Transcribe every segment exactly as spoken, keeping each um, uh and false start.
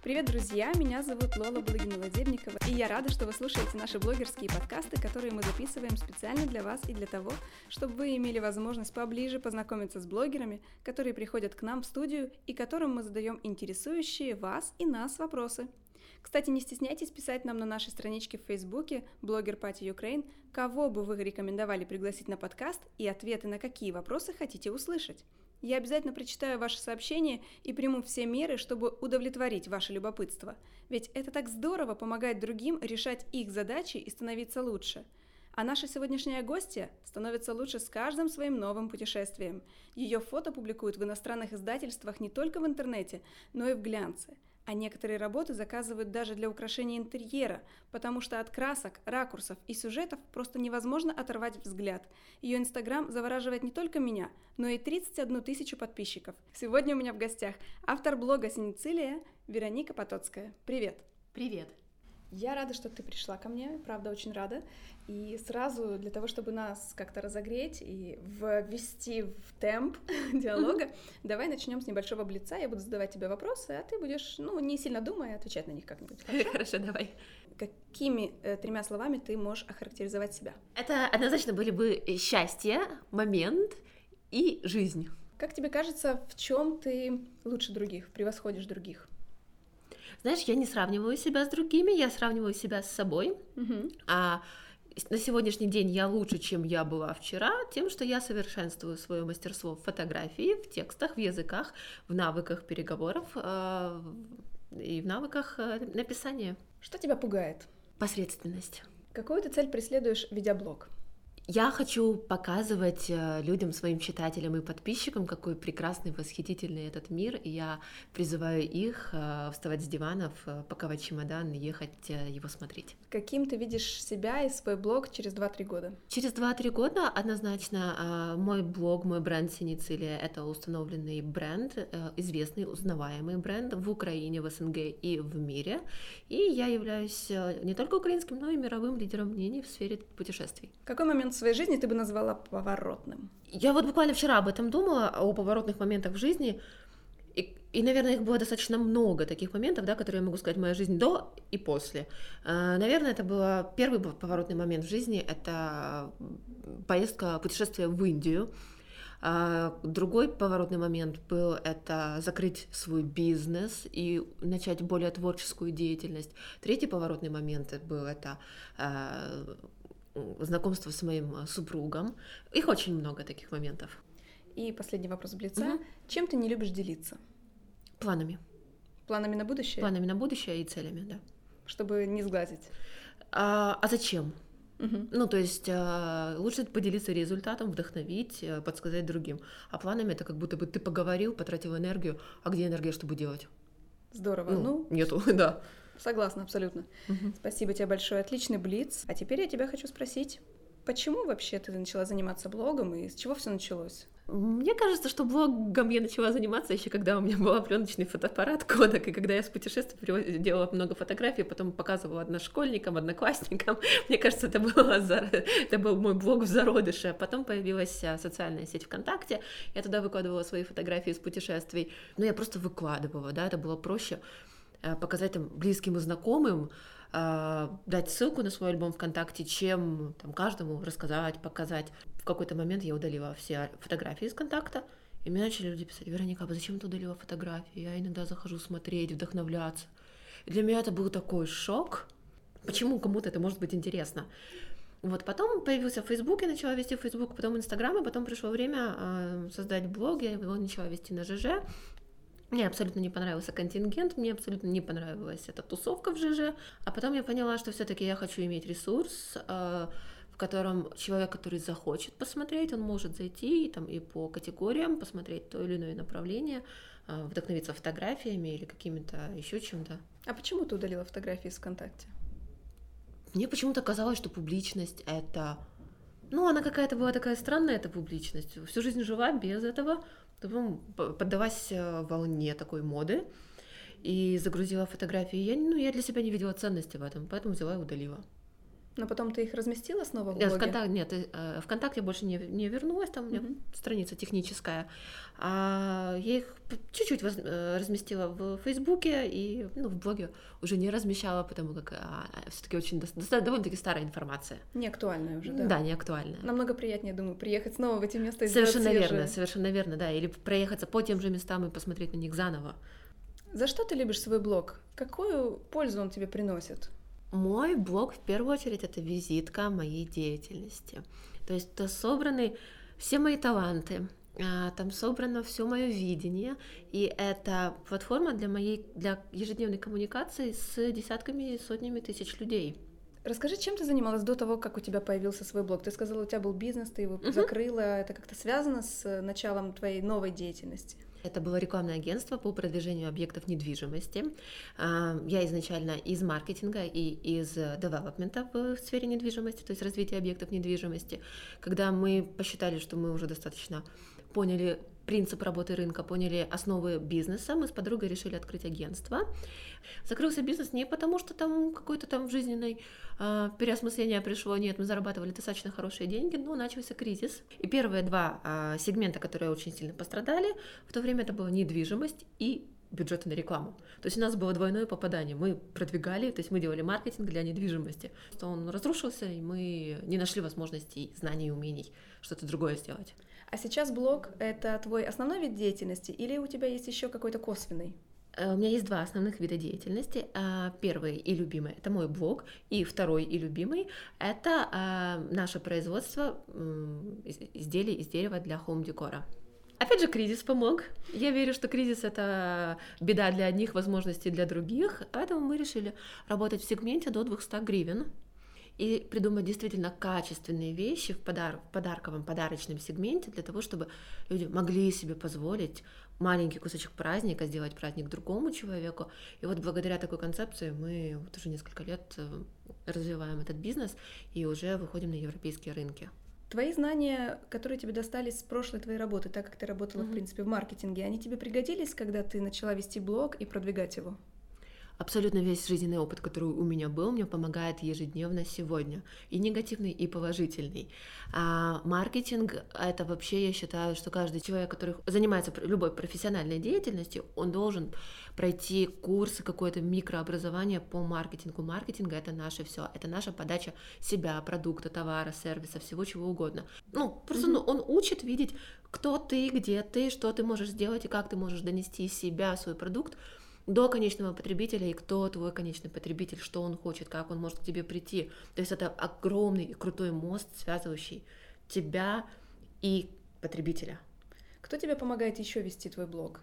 Привет, друзья! Меня зовут Лола Благина-Лазебникова, и я рада, что вы слушаете наши блогерские подкасты, которые мы записываем специально для вас и для того, чтобы вы имели возможность поближе познакомиться с блогерами, которые приходят к нам в студию и которым мы задаем интересующие вас и нас вопросы. Кстати, не стесняйтесь писать нам на нашей страничке в Фейсбуке Blogger Party Ukraine, кого бы вы рекомендовали пригласить на подкаст и ответы на какие вопросы хотите услышать. Я обязательно прочитаю ваши сообщения и приму все меры, чтобы удовлетворить ваше любопытство. Ведь это так здорово помогать другим решать их задачи и становиться лучше. А наша сегодняшняя гостья становится лучше с каждым своим новым путешествием. Ее фото публикуют в иностранных издательствах не только в интернете, но и в глянце. А некоторые работы заказывают даже для украшения интерьера, потому что от красок, ракурсов и сюжетов просто невозможно оторвать взгляд. Ее инстаграм завораживает не только меня, но и тридцать одну тысячу подписчиков. Сегодня у меня в гостях автор блога «Синицилия» Вероника Потоцкая. Привет! Привет! Я рада, что ты пришла ко мне, правда, очень рада. И сразу для того, чтобы нас как-то разогреть и ввести в темп диалога, давай начнем с небольшого блица. Я буду задавать тебе вопросы, а ты будешь, ну, не сильно думая, отвечать на них как-нибудь. Хорошо, Хорошо давай. Какими э, тремя словами ты можешь охарактеризовать себя? Это однозначно были бы счастье, момент и жизнь. Как тебе кажется, в чем ты лучше других, превосходишь других? Знаешь, я не сравниваю себя с другими, я сравниваю себя с собой. Угу. А на сегодняшний день я лучше, чем я была вчера, тем, что я совершенствую свое мастерство в фотографии, в текстах, в языках, в навыках переговоров э, и в навыках э, написания. Что тебя пугает? Посредственность. Какую ты цель преследуешь, ведя блог? Я хочу показывать людям, своим читателям и подписчикам, какой прекрасный, восхитительный этот мир, и я призываю их вставать с диванов, паковать чемодан и ехать его смотреть. Каким ты видишь себя и свой блог через два-три года? Через два-три года однозначно мой блог, мой бренд «Синицилия» — это установленный бренд, известный, узнаваемый бренд в Украине, в СНГ и в мире, и я являюсь не только украинским, но и мировым лидером мнений в сфере путешествий. Какой момент в своей жизни ты бы назвала поворотным? Я вот буквально вчера об этом думала, о поворотных моментах в жизни, и, и, наверное, их было достаточно много таких моментов, да, которые я могу сказать, моя жизнь до и после. Наверное, это был первый поворотный момент в жизни, это поездка, путешествие в Индию. Другой поворотный момент был это закрыть свой бизнес и начать более творческую деятельность. Третий поворотный момент был это знакомство с моим супругом. Их очень много таких моментов. И последний вопрос блица. Угу. Чем ты не любишь делиться? Планами. Планами на будущее? Планами на будущее и целями, да. Чтобы не сглазить. А, а зачем? Угу. Ну, то есть лучше поделиться результатом, вдохновить, подсказать другим. А планами это как будто бы ты поговорил, потратил энергию, а где энергия, чтобы делать? Здорово. Ну, ну нету, да. Согласна, абсолютно. Угу. Спасибо тебе большое, отличный блиц. А теперь я тебя хочу спросить, почему вообще ты начала заниматься блогом и с чего все началось? Мне кажется, что блогом я начала заниматься еще когда у меня был пленочный фотоаппарат Kodak, и когда я с путешествий делала много фотографий, потом показывала одношкольникам, одноклассникам. Мне кажется, это, было, это был мой блог в зародыше. Потом появилась социальная сеть ВКонтакте, я туда выкладывала свои фотографии с путешествий. Ну, я просто выкладывала, да, это было проще показать там близким и знакомым, дать ссылку на свой альбом ВКонтакте, чем там, каждому рассказать, показать. В какой-то момент я удалила все фотографии из контакта, и мне начали люди писать: «Вероника, а зачем ты удалила фотографии?» Я иногда захожу смотреть, вдохновляться. И для меня это был такой шок. Почему кому-то это может быть интересно? Вот потом появился Facebook, я начала вести Facebook, потом Инстаграм, и потом пришло время создать блог, я его начала вести на ЖЖ. Мне абсолютно не понравился контингент, мне абсолютно не понравилась эта тусовка в ЖЖ, а потом я поняла, что все-таки я хочу иметь ресурс, э, в котором человек, который захочет посмотреть, он может зайти там, и по категориям посмотреть то или иное направление, э, вдохновиться фотографиями или какими-то еще чем-то. А почему ты удалила фотографии из ВКонтакте? Мне почему-то казалось, что публичность — это... Ну, она какая-то была такая странная, эта публичность. Всю жизнь жила без этого. Потом поддалась волне такой моды и загрузила фотографии. Я, ну, я для себя не видела ценности в этом, поэтому взяла и удалила. Но потом ты их разместила снова в Нет, блоге? ВКонтакте, нет, э, ВКонтакте я больше не, не вернулась, там у меня Мгм. страница техническая. А я их п- чуть-чуть воз- э, разместила в Фейсбуке и ну, в блоге уже не размещала, потому как все-таки очень дос- доста- довольно-таки старая информация. Не актуальная уже, да? Да, не актуальная. Намного приятнее, думаю, приехать снова в эти места и сделать Совершенно верно, свежие. совершенно верно, да. Или проехаться по тем же местам и посмотреть на них заново. За что ты любишь свой блог? Какую пользу он тебе приносит? Мой блог, в первую очередь, это визитка моей деятельности. То есть это собраны все мои таланты, а, там собрано все мое видение, и это платформа для моей для ежедневной коммуникации с десятками и сотнями тысяч людей. Расскажи, чем ты занималась до того, как у тебя появился свой блог? Ты сказала, у тебя был бизнес, ты его Мгм. закрыла. Это как-то связано с началом твоей новой деятельности? Это было рекламное агентство по продвижению объектов недвижимости. А, Я изначально из маркетинга и из девелопмента в сфере недвижимости, то есть развития объектов недвижимости. Когда мы посчитали, что мы уже достаточно поняли принцип работы рынка, поняли основы бизнеса, мы с подругой решили открыть агентство. Закрылся бизнес не потому, что там какое-то там жизненное э, переосмысление пришло, нет, мы зарабатывали достаточно хорошие деньги, но начался кризис. И первые два э, сегмента, которые очень сильно пострадали, в то время это была недвижимость и бюджеты на рекламу. То есть у нас было двойное попадание. Мы продвигали, то есть мы делали маркетинг для недвижимости. Что он разрушился, и мы не нашли возможностей, знаний и умений что-то другое сделать. А сейчас блог — это твой основной вид деятельности или у тебя есть еще какой-то косвенный? Э, У меня есть два основных вида деятельности. А, Первый и любимый — это мой блог, и второй и любимый — это а, наше производство м, из- изделий из дерева для хоум-декора. Опять же, кризис помог. Я верю, что кризис — это беда для одних, возможности для других, поэтому мы решили работать в сегменте до двухсот гривен и придумать действительно качественные вещи в, подар- в подарковом, подарочном сегменте для того, чтобы люди могли себе позволить маленький кусочек праздника, сделать праздник другому человеку. И вот благодаря такой концепции мы вот уже несколько лет э, развиваем этот бизнес и уже выходим на европейские рынки. Твои знания, которые тебе достались с прошлой твоей работы, так как ты работала, в Мгм. принципе, в маркетинге, они тебе пригодились, когда ты начала вести блог и продвигать его? Абсолютно весь жизненный опыт, который у меня был, мне помогает ежедневно сегодня. И негативный, и положительный. А маркетинг — это вообще, я считаю, что каждый человек, который занимается пр- любой профессиональной деятельностью, он должен пройти курсы, какое-то микрообразование по маркетингу. Маркетинг — это наше все, это наша подача себя, продукта, товара, сервиса, всего чего угодно. Ну, просто ну, он учит видеть, кто ты, где ты, что ты можешь сделать и как ты можешь донести из себя свой продукт до конечного потребителя, и кто твой конечный потребитель, что он хочет, как он может к тебе прийти. То есть это огромный и крутой мост, связывающий тебя и потребителя. Кто тебе помогает еще вести твой блог?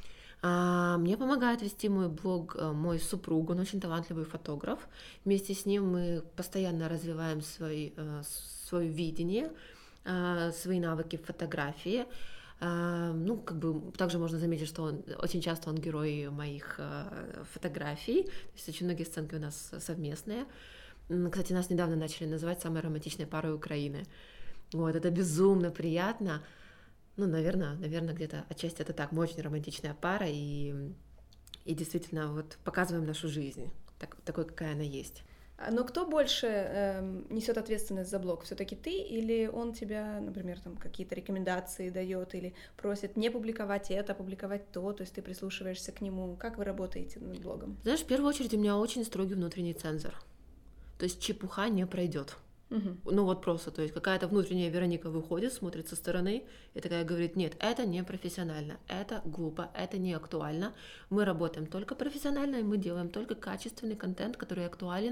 А, Мне помогает вести мой блог э, мой супруг, он очень талантливый фотограф. Вместе с ним мы постоянно развиваем свои, э, свое видение, э, свои навыки в фотографии. А, Ну, как бы также можно заметить, что он очень часто он герой моих э, фотографий. То есть очень многие сценки у нас совместные. М, Кстати, нас недавно начали называть самой романтичной парой Украины. Вот, это безумно приятно. Ну, наверное, наверное, где-то отчасти это так. Мы очень романтичная пара и, и действительно вот показываем нашу жизнь так, такой, какая она есть. А, Но кто больше эм, несет ответственность за блог? Все-таки ты или он тебя, например, там какие-то рекомендации дает или просит не публиковать это, публиковать то, то есть ты прислушиваешься к нему? Как вы работаете над блогом? Знаешь, в первую очередь у меня очень строгий внутренний цензор. То есть чепуха не пройдет. Мгм. Ну вот просто, то есть какая-то внутренняя Вероника выходит, смотрит со стороны и такая говорит: нет, это не профессионально, это глупо, это не актуально. Мы работаем только профессионально, и мы делаем только качественный контент, который актуален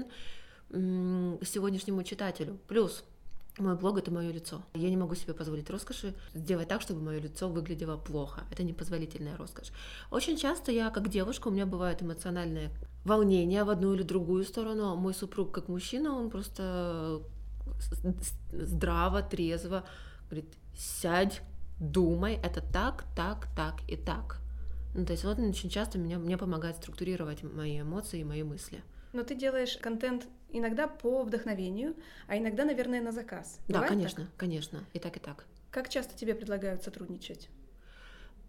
м, сегодняшнему читателю. Плюс мой блог — это мое лицо. Я не могу себе позволить роскоши сделать так, чтобы мое лицо выглядело плохо. Это непозволительная роскошь. Очень часто я, как девушка, у меня бывает эмоциональное волнение в одну или другую сторону, а мой супруг, как мужчина, он просто здраво, трезво говорит: сядь, думай, это так, так, так и так. Ну, то есть вот он очень часто меня, мне помогает структурировать мои эмоции и мои мысли. Но ты делаешь контент иногда по вдохновению, а иногда, наверное, на заказ. Да, Бывает конечно, так? конечно, и так, и так. Как часто тебе предлагают сотрудничать?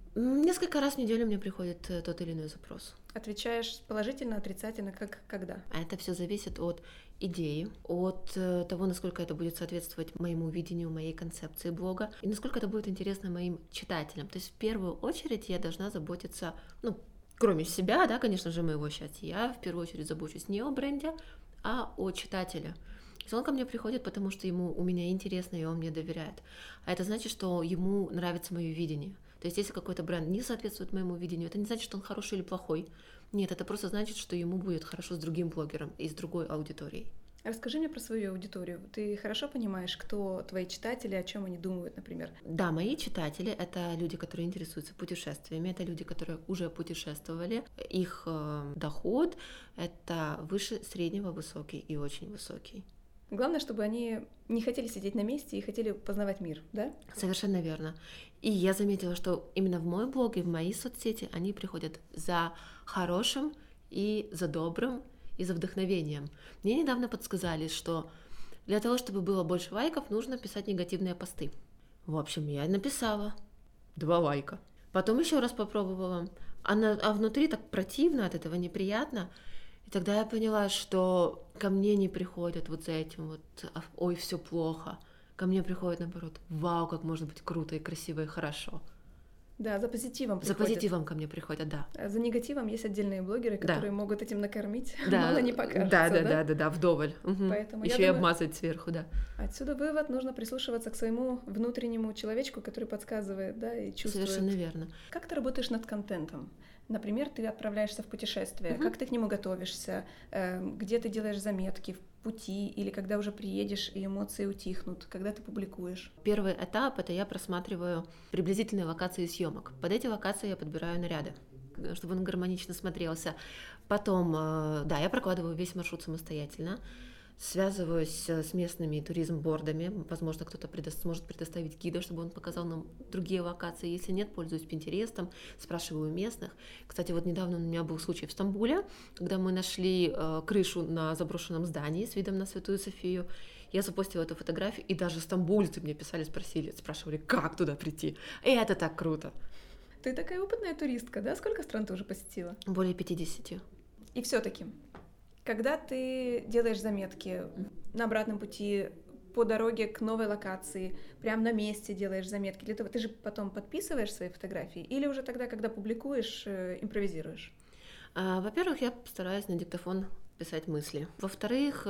Несколько раз в неделю мне приходит тот или иной запрос. Отвечаешь положительно, отрицательно, как когда? А это все зависит от идеи, от того, насколько это будет соответствовать моему видению, моей концепции блога, и насколько это будет интересно моим читателям. То есть в первую очередь я должна заботиться, ну, кроме себя, да, конечно же, моего счастья, я в первую очередь забочусь не о бренде, а о читателе. То есть он ко мне приходит, потому что ему у меня интересно, и он мне доверяет. А это значит, что ему нравится мое видение. То есть если какой-то бренд не соответствует моему видению, это не значит, что он хороший или плохой. Нет, это просто значит, что ему будет хорошо с другим блогером и с другой аудиторией. Расскажи мне про свою аудиторию. Ты хорошо понимаешь, кто твои читатели, о чем они думают, например? Да, мои читатели — это люди, которые интересуются путешествиями, это люди, которые уже путешествовали. Их э, доход — это выше среднего, высокий и очень высокий. Главное, чтобы они не хотели сидеть на месте и хотели познавать мир, да? Совершенно верно. И я заметила, что именно в мой блог и в мои соцсети они приходят за хорошим и за добрым, и за вдохновением. Мне недавно подсказали, что для того, чтобы было больше лайков, нужно писать негативные посты. В общем, я написала два лайка. Потом еще раз попробовала. А, на, а внутри так противно от этого, неприятно. И тогда я поняла, что ко мне не приходят вот за этим вот «ой, все плохо». Ко мне приходит, наоборот, «вау, как может быть круто и красиво и хорошо». Да, за позитивом За приходят. позитивом ко мне приходят, да. А за негативом есть отдельные блогеры, которые да. могут этим накормить, да. мало не покажется, да, да, да? да, да, да, вдоволь. Угу. Поэтому еще я и думаю, обмазать сверху, да. Отсюда вывод: нужно прислушиваться к своему внутреннему человечку, который подсказывает, да, и чувствует. Совершенно верно. Как ты работаешь над контентом? Например, ты отправляешься в путешествие, Угу. как ты к нему готовишься, где ты делаешь заметки в пути, или когда уже приедешь и эмоции утихнут, когда ты публикуешь? Первый этап — это я просматриваю приблизительные локации съемок. Под эти локации я подбираю наряды, чтобы он гармонично смотрелся. Потом, да, я прокладываю весь маршрут самостоятельно, связываюсь с местными туризм-бордами, возможно, кто-то предо... сможет предоставить гида, чтобы он показал нам другие локации. Если нет, пользуюсь Пинтерестом, спрашиваю местных. Кстати, вот недавно у меня был случай в Стамбуле, когда мы нашли э, крышу на заброшенном здании с видом на Святую Софию. Я запостила эту фотографию, и даже стамбульцы мне писали, спросили, спрашивали, как туда прийти. И это так круто. Ты такая опытная туристка, да? Сколько стран ты уже посетила? Более пятидесяти. И все-таки, когда ты делаешь заметки на обратном пути, по дороге к новой локации, прямо на месте делаешь заметки, для того ты же потом подписываешь свои фотографии или уже тогда, когда публикуешь, импровизируешь? А, во-первых, я стараюсь на диктофон писать мысли. Во-вторых,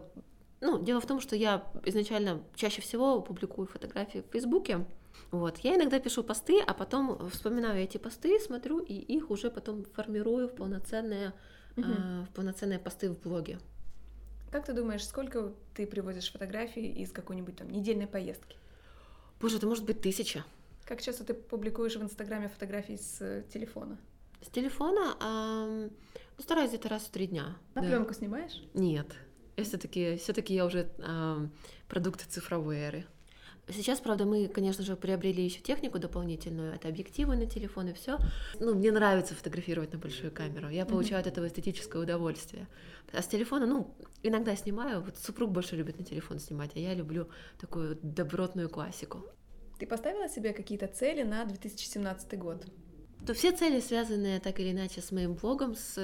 ну, дело в том, что я изначально чаще всего публикую фотографии в Фейсбуке. Вот. Я иногда пишу посты, а потом вспоминаю эти посты, смотрю, и их уже потом формирую в полноценные Uh-huh. э, в полноценные посты в блоге. Как ты думаешь, сколько ты привозишь фотографий из какой-нибудь там недельной поездки? Боже, это может быть тысяча. Как часто ты публикуешь в Инстаграме фотографии с телефона? С телефона э, ну, стараюсь где-то раз в три дня. На да. пленку снимаешь? Нет. Я все-таки, все-таки я уже э, продукты цифровой эры. Сейчас, правда, мы, конечно же, приобрели еще технику дополнительную, это объективы на телефон и все. Ну, мне нравится фотографировать на большую камеру, я получаю mm-hmm. от этого эстетическое удовольствие. А с телефона, ну, иногда снимаю, вот супруг больше любит на телефон снимать, а я люблю такую добротную классику. Ты поставила себе какие-то цели на две тысячи семнадцатый год? То все цели, связанные так или иначе с моим блогом, с,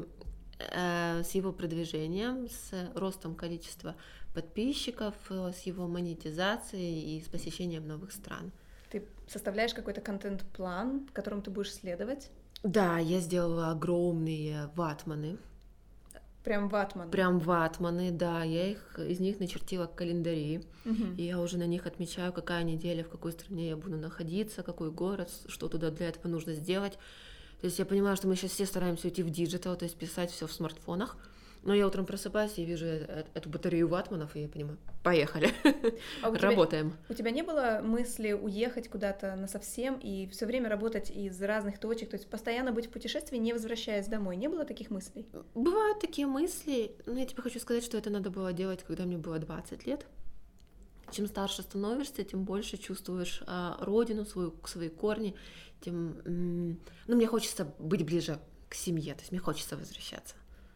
э, с его продвижением, с ростом количества подписчиков, с его монетизацией и с посещением новых стран. Ты составляешь какой-то контент-план, которым ты будешь следовать? Да, я сделала огромные ватманы. Прям ватманы? Прям ватманы, да. Я их, из них начертила календари. Угу. И я уже на них отмечаю, какая неделя, в какой стране я буду находиться, какой город, что туда для этого нужно сделать. То есть я понимаю, что мы сейчас все стараемся уйти в диджитал, то есть писать все в смартфонах. Но я утром просыпаюсь и вижу эту батарею ватманов, и я понимаю, поехали, а у работаем. Тебя, у тебя не было мысли уехать куда-то насовсем и все время работать из разных точек, то есть постоянно быть в путешествии, не возвращаясь домой? Не было таких мыслей? Бывают такие мысли, но я тебе хочу сказать, что это надо было делать, когда мне было двадцать лет. Чем старше становишься, тем больше чувствуешь а, родину, свою, свои корни, тем... М- ну, мне хочется быть ближе к семье, то есть мне хочется возвращаться.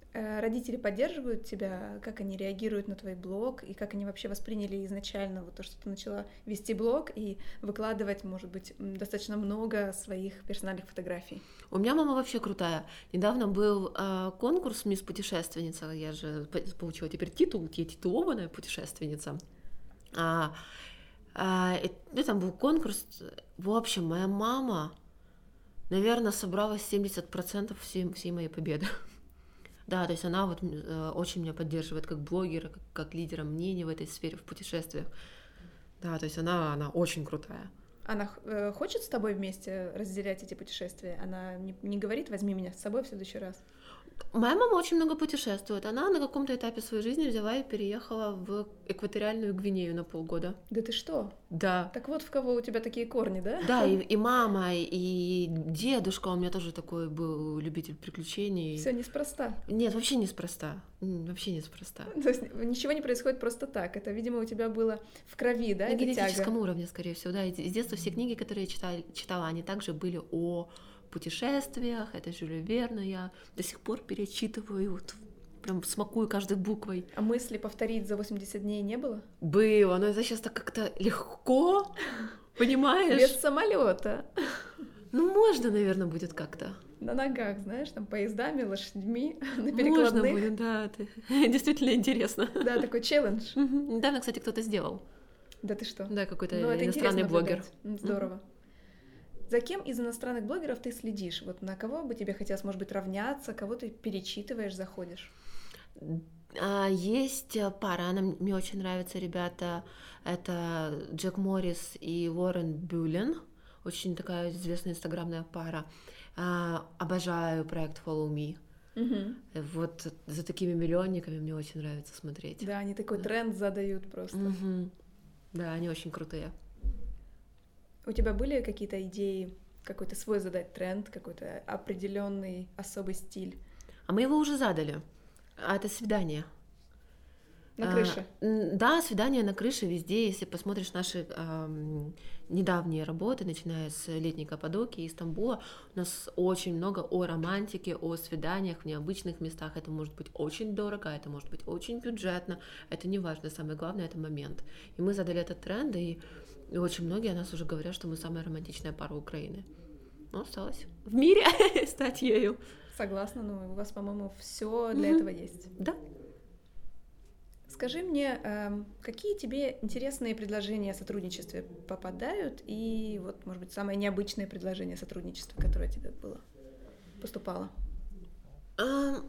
Родители поддерживают тебя? Как они реагируют на твой блог? И как они вообще восприняли изначально вот то, что ты начала вести блог и выкладывать, может быть, достаточно много своих персональных фотографий? У меня мама вообще крутая. Недавно был э, конкурс «Мисс Путешественница». Я же получила теперь титул, я титулованная путешественница. А, а, и, ну, там был конкурс. В общем, моя мама, наверное, собрала семьдесят процентов всей, всей моей победы. Да, то есть она вот э, очень меня поддерживает как блогера, как, как лидера мнений в этой сфере, в путешествиях. Да, то есть она, она очень крутая. Она э, хочет с тобой вместе разделять эти путешествия? Она не, не говорит: возьми меня с собой в следующий раз? Моя мама очень много путешествует. Она на каком-то этапе своей жизни взяла и переехала в экваториальную Гвинею на полгода. Да ты что? Да. Так вот в кого у тебя такие корни, да? Да, и, и мама, и дедушка, у меня тоже такой был любитель приключений. Все неспроста. Нет, вообще неспроста. Вообще неспроста. То есть ничего не происходит просто так. Это, видимо, у тебя было в крови, да? На генетическом уровне, скорее всего, да. С детства все книги, которые я читала, читала, они также были о путешествиях. Это Жюля Верна, я до сих пор перечитываю, вот, прям смакую каждой буквой. А мысли повторить за восемьдесят дней не было? Было, но это сейчас так как-то легко, понимаешь? Без самолета. Ну, можно, наверное, будет как-то. На ногах, знаешь, там поездами, лошадьми, на перекладных. Можно будет, да. Ты... Действительно интересно. Да, такой челлендж. Недавно, кстати, кто-то сделал. Да ты что? Да, какой-то ну, иностранный блогер. Здорово. Mm-hmm. За кем из иностранных блогеров ты следишь? Вот на кого бы тебе хотелось, может быть, равняться, кого ты перечитываешь, заходишь? Есть пара, она, мне очень нравятся ребята. Это Джек Моррис и Уоррен Бюлен. Очень такая известная инстаграмная пара. А, обожаю проект Follow Me. Угу. Вот за такими миллионниками мне очень нравится смотреть. Да, они такой да. тренд задают просто. Угу. Да, они очень крутые. У тебя были какие-то идеи, какой-то свой задать тренд, какой-то определенный особый стиль? А мы его уже задали. А это свидание. На крыше? А, да, свидание на крыше везде. Если посмотришь наши а, недавние работы, начиная с летней Каппадокии и Стамбула, у нас очень много о романтике, о свиданиях в необычных местах. Это может быть очень дорого, это может быть очень бюджетно. Это не важно, самое главное — это момент. И мы задали этот тренд, и, и очень многие о нас уже говорят, что мы самая романтичная пара Украины. Но осталось в мире стать ею. Согласна, но у вас, по-моему, все для mm-hmm. этого есть. Да. Скажи мне, какие тебе интересные предложения о сотрудничестве попадают, и вот, может быть, самое необычное предложение сотрудничества, которое тебе было, поступало? Um,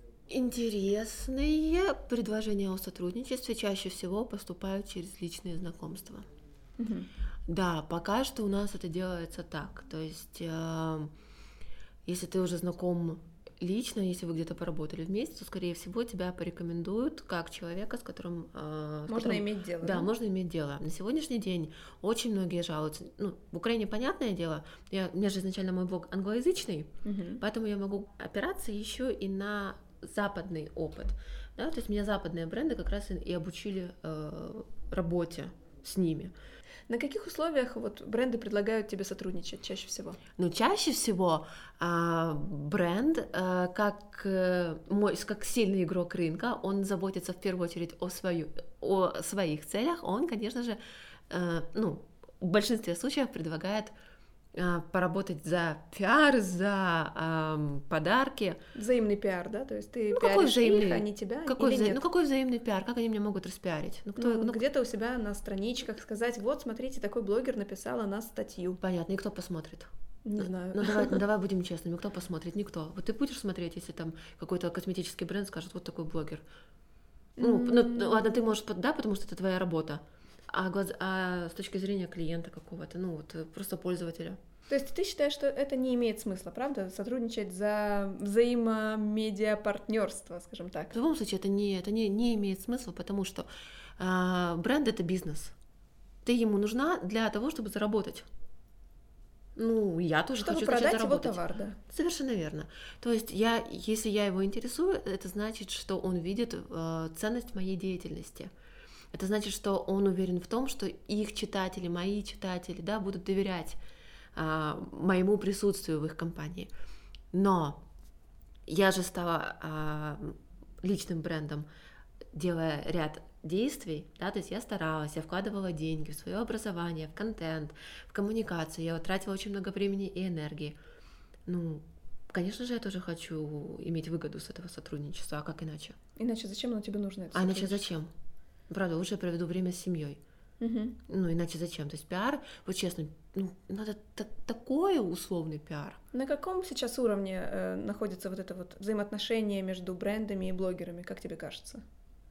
интересные предложения о сотрудничестве чаще всего поступают через личные знакомства. Uh-huh. Да, пока что у нас это делается так, то есть э, если ты уже знаком лично, если вы где-то поработали вместе, то, скорее всего, тебя порекомендуют как человека, с которым... Э, с можно которым, иметь дело, да? Да, можно иметь дело. На сегодняшний день очень многие жалуются. Ну, в Украине, понятное дело, я, у меня же изначально мой блог англоязычный, угу. поэтому я могу опираться еще и на западный опыт. Да? То есть меня западные бренды как раз и, и обучили э, работе с ними. На каких условиях вот бренды предлагают тебе сотрудничать чаще всего? Ну, чаще всего а, бренд, а, как, а, мой, как сильный игрок рынка, он заботится в первую очередь о, свою, о своих целях. Он, конечно же, а, ну, в большинстве случаев предлагает а, поработать за пиар, за а, подарки. Взаимный пиар, да? То есть ты ну, пиаришь взаимный, их, они тебя, какой или вза... нет? Ну, какой взаимный пиар? Как они меня могут распиарить? Ну, кто... ну, ну, где-то у себя на страничках сказать: вот, смотрите, такой блогер написал о нас статью. Понятно, и кто посмотрит? Не знаю. Ну, давай, ну давай будем честными, кто посмотрит? Никто. Вот ты будешь смотреть, если там какой-то косметический бренд скажет: вот такой блогер. Ну, mm-hmm. ну ладно, ты можешь, да, потому что это твоя работа. А, глаз... а с точки зрения клиента какого-то, ну вот просто пользователя. То есть ты считаешь, что это не имеет смысла, правда, сотрудничать за взаимомедиапартнерство, скажем так? В любом случае это не, это не, не имеет смысла, потому что э, бренд — это бизнес. Ты ему нужна для того, чтобы заработать. Ну, я тоже чтобы хочу продать начать заработать. Его товар, да. Совершенно верно. То есть я, если я его интересую, это значит, что он видит э, ценность моей деятельности. Это значит, что он уверен в том, что их читатели, мои читатели, да, будут доверять моему присутствию в их компании. Но Я же стала а, личным брендом, делая ряд действий, да, то есть я старалась, я вкладывала деньги в свое образование, в контент, в коммуникацию, я тратила очень много времени и энергии. Ну, конечно же, я тоже хочу иметь выгоду с этого сотрудничества, а как иначе? Иначе зачем оно тебе нужно? Это а иначе зачем? Правда, лучше я проведу время с семьей. Угу. Ну, иначе зачем? То есть пиар, вот честно, ну, надо т- такой условный пиар. На каком сейчас уровне э, находится вот это вот взаимоотношение между брендами и блогерами, как тебе кажется?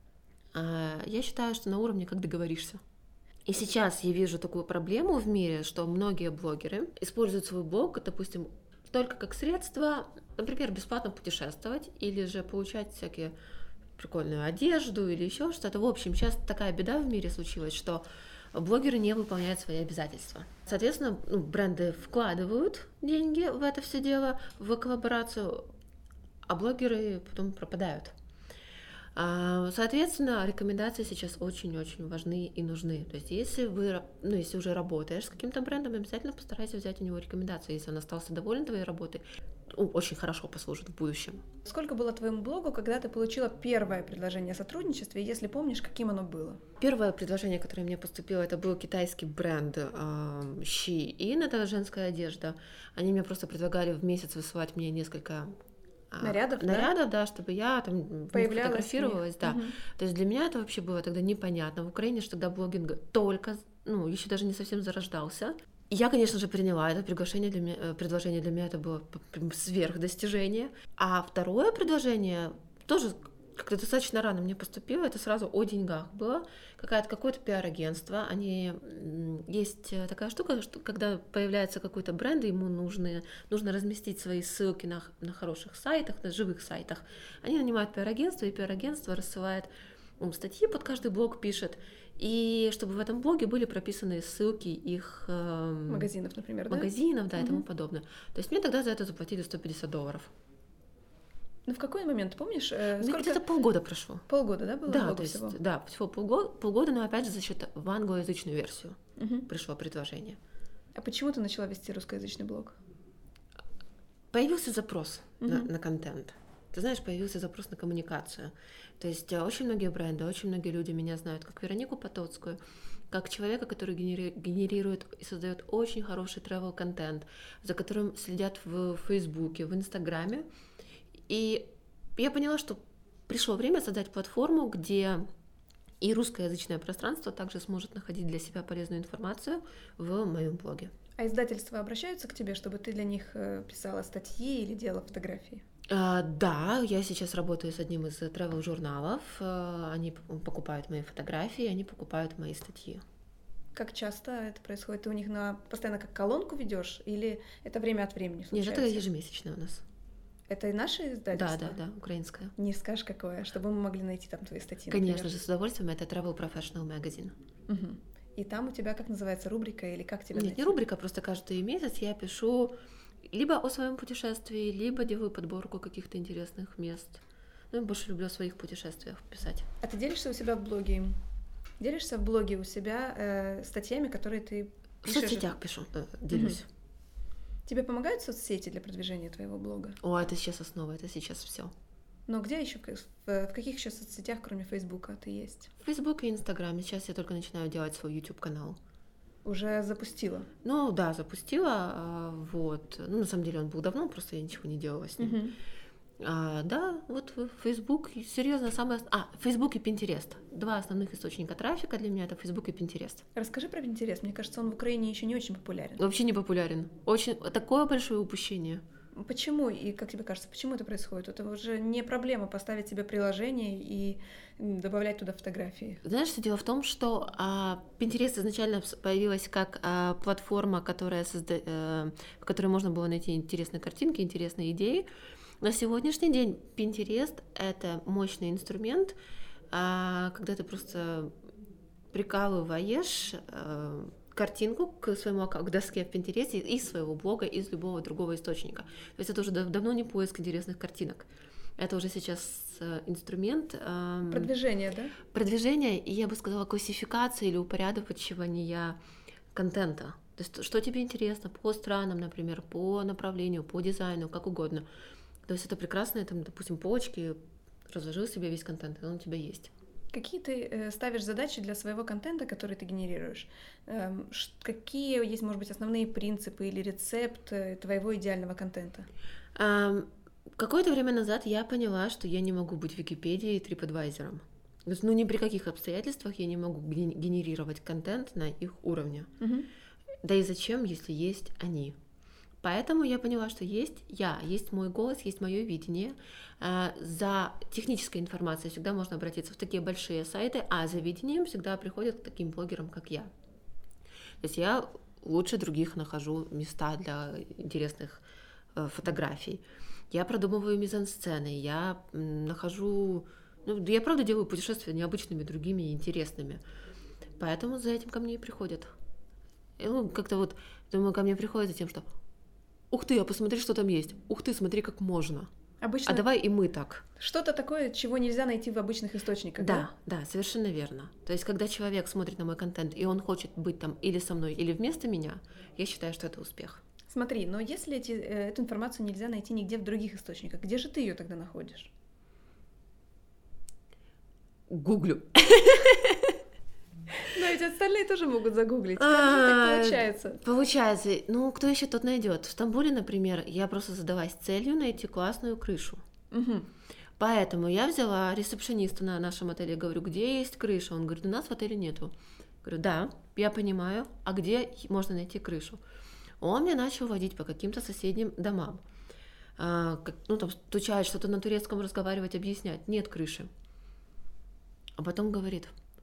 А, я считаю, что на уровне, как договоришься. И сейчас я вижу такую проблему в мире, что многие блогеры используют свой блог, допустим, только как средство, например, бесплатно путешествовать или же получать всякие прикольную одежду или еще что-то. В общем, сейчас такая беда в мире случилась, что блогеры не выполняют свои обязательства. Соответственно, ну, бренды вкладывают деньги в это все дело, в коллаборацию, а блогеры потом пропадают. Соответственно, рекомендации сейчас очень-очень важны и нужны. То есть, если вы, ну, если уже работаешь с каким-то брендом, обязательно постарайся взять у него рекомендации. Если он остался доволен твоей работой, очень хорошо послужит в будущем. Сколько было твоему блогу, когда ты получила первое предложение о сотрудничестве, и если помнишь, каким оно было? Первое предложение, которое мне поступило, это был китайский бренд э, Shein, это женская одежда. Они мне просто предлагали в месяц высылать мне несколько нарядов, нарядов, да? да, чтобы я там фотографировалась, да. Угу. То есть для меня это вообще было тогда непонятно. В Украине же тогда блогинг только, ну, еще даже не совсем зарождался. Я, конечно же, приняла это приглашение для меня, предложение для меня это было сверхдостижение. А второе предложение тоже как-то достаточно рано мне поступило, это сразу о деньгах было. Какая-то, какое-то пиар-агентство, они, есть такая штука, что когда появляется какой-то бренд, ему нужно, нужно разместить свои ссылки на, на хороших сайтах, на живых сайтах. Они нанимают пиар-агентство, и пиар-агентство рассылает um, статьи, под каждый блог пишет, и чтобы в этом блоге были прописаны ссылки их э, магазинов, например, магазинов, да, да, и тому угу. подобное. То есть мне тогда за это заплатили сто пятьдесят долларов. Ну, в какой момент, помнишь? Э, сколько... Где-то полгода прошло. Полгода, да, было? Да, то есть, всего? Да, всего полгода, полгода, но опять же за счет в англоязычную версию угу. пришло предложение. А почему ты начала вести русскоязычный блог? Появился запрос угу. на, на контент. Ты знаешь, появился запрос на коммуникацию. То есть очень многие бренды, очень многие люди меня знают как Веронику Потоцкую, как человека, который генери- генерирует и создает очень хороший travel-контент, за которым следят в Фейсбуке, в Инстаграме. И я поняла, что пришло время создать платформу, где и русскоязычное пространство также сможет находить для себя полезную информацию в моем блоге. А издательства обращаются к тебе, чтобы ты для них писала статьи или делала фотографии? Uh, да, я сейчас работаю с одним из travel-журналов. Uh, они покупают мои фотографии, они покупают мои статьи. Как часто это происходит? Ты у них на постоянно как колонку ведешь, или это время от времени случается? Нет, это ежемесячно у нас. Это и наше издательство? Да, да, да, украинское. Не скажешь, какое, чтобы мы могли найти там твои статьи. Конечно например. же, с удовольствием. Это Travel Professional Magazine. Угу. И там у тебя, как называется, рубрика или как тебя Нет, найти? не рубрика, просто каждый месяц я пишу либо о своем путешествии, либо делаю подборку каких-то интересных мест. Ну, я больше люблю о своих путешествиях писать. А ты делишься у себя в блоге? Делишься в блоге у себя э, статьями, которые ты пишешь? В соцсетях пишу, э, делюсь. Угу. Тебе помогают соцсети для продвижения твоего блога? О, это сейчас основа, это сейчас все. Но где еще, в, в каких еще соцсетях, кроме Фейсбука, ты есть? В Фейсбуке и Инстаграме. Сейчас я только начинаю делать свой YouTube-канал. Уже запустила? Ну да, запустила, вот. Ну, на самом деле он был давно, просто я ничего не делала с ним. Uh-huh. А, да, вот Facebook, серьезно, самое... А, Facebook и Pinterest. Два основных источника трафика для меня — это Facebook и Pinterest. Расскажи про Pinterest. Мне кажется, он в Украине еще не очень популярен. Вообще не популярен. Очень... Такое большое упущение. Почему? И как тебе кажется, почему это происходит? Это уже не проблема поставить себе приложение и добавлять туда фотографии. Знаешь, что дело в том, что а, Pinterest изначально появилась как а, платформа, которая созда... а, в которой можно было найти интересные картинки, интересные идеи. На сегодняшний день Pinterest — это мощный инструмент, а, когда ты просто прикалываешь а, картинку к своему к доске в Pinterest из своего блога, из любого другого источника. То есть это уже давно не поиск интересных картинок. Это уже сейчас инструмент... Эм, продвижение, да? Продвижение, и я бы сказала, классификация или упорядочивания контента. То есть что тебе интересно по странам, например, по направлению, по дизайну, как угодно. То есть это прекрасные, там, допустим, полочки, разложил себе весь контент, и он у тебя есть. Какие ты э, ставишь задачи для своего контента, который ты генерируешь? Эм, ш- какие есть, может быть, основные принципы или рецепт э, твоего идеального контента? А, какое-то время назад я поняла, что я не могу быть Википедией и TripAdvisor. То есть, ну, ни при каких обстоятельствах я не могу ген- генерировать контент на их уровне. Угу. Да и зачем, если есть они? Поэтому я поняла, что есть я, есть мой голос, есть мое видение. За технической информацией всегда можно обратиться в такие большие сайты, а за видением всегда приходят к таким блогерам, как я. То есть я лучше других нахожу места для интересных фотографий. Я продумываю мизансцены, я нахожу... Ну, я правда делаю путешествия необычными, другими, интересными. Поэтому за этим ко мне и приходят. И, ну, как-то вот, думаю, ко мне приходят за тем, что ух ты, а посмотри, что там есть. Ух ты, смотри, как можно. Обычно А давай и мы так. что-то такое, чего нельзя найти в обычных источниках, да? Да, да, совершенно верно. То есть, когда человек смотрит на мой контент, и он хочет быть там или со мной, или вместо меня, я считаю, что это успех. Смотри, но если эти, э, эту информацию нельзя найти нигде в других источниках, где же ты ее тогда находишь? Гуглю. Но ведь остальные тоже могут загуглить. Как же так получается? Получается. Ну, кто еще тот найдет? В Стамбуле, например, я просто задалась целью найти классную крышу. Угу. Поэтому я взяла ресепшениста на нашем отеле, говорю, где есть крыша? Он говорит, у нас в отеле нету. Говорю, да, я понимаю, а где можно найти крышу? Он мне начал водить по каким-то соседним домам. А, как, ну, там стучать, что-то на турецком разговаривать, объяснять. Нет крыши. А потом говорит...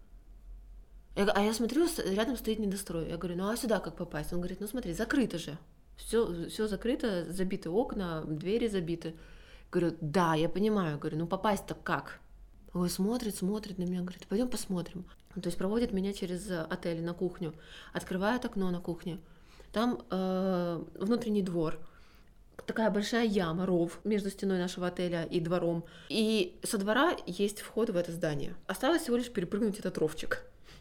Я, а я смотрю, рядом стоит недострой. Я говорю, ну а сюда как попасть? Он говорит, ну смотри, закрыто же. Все, все закрыто, забиты окна, двери забиты. Говорю, да, я понимаю. Говорю, ну попасть-то как? Ой, смотрит, смотрит на меня, говорит, пойдем посмотрим. То есть проводит меня через отель на кухню. Открывает окно на кухне. Там э, внутренний двор. Такая большая яма, ров между стеной нашего отеля и двором. И со двора есть вход в это здание. Осталось всего лишь перепрыгнуть этот ровчик.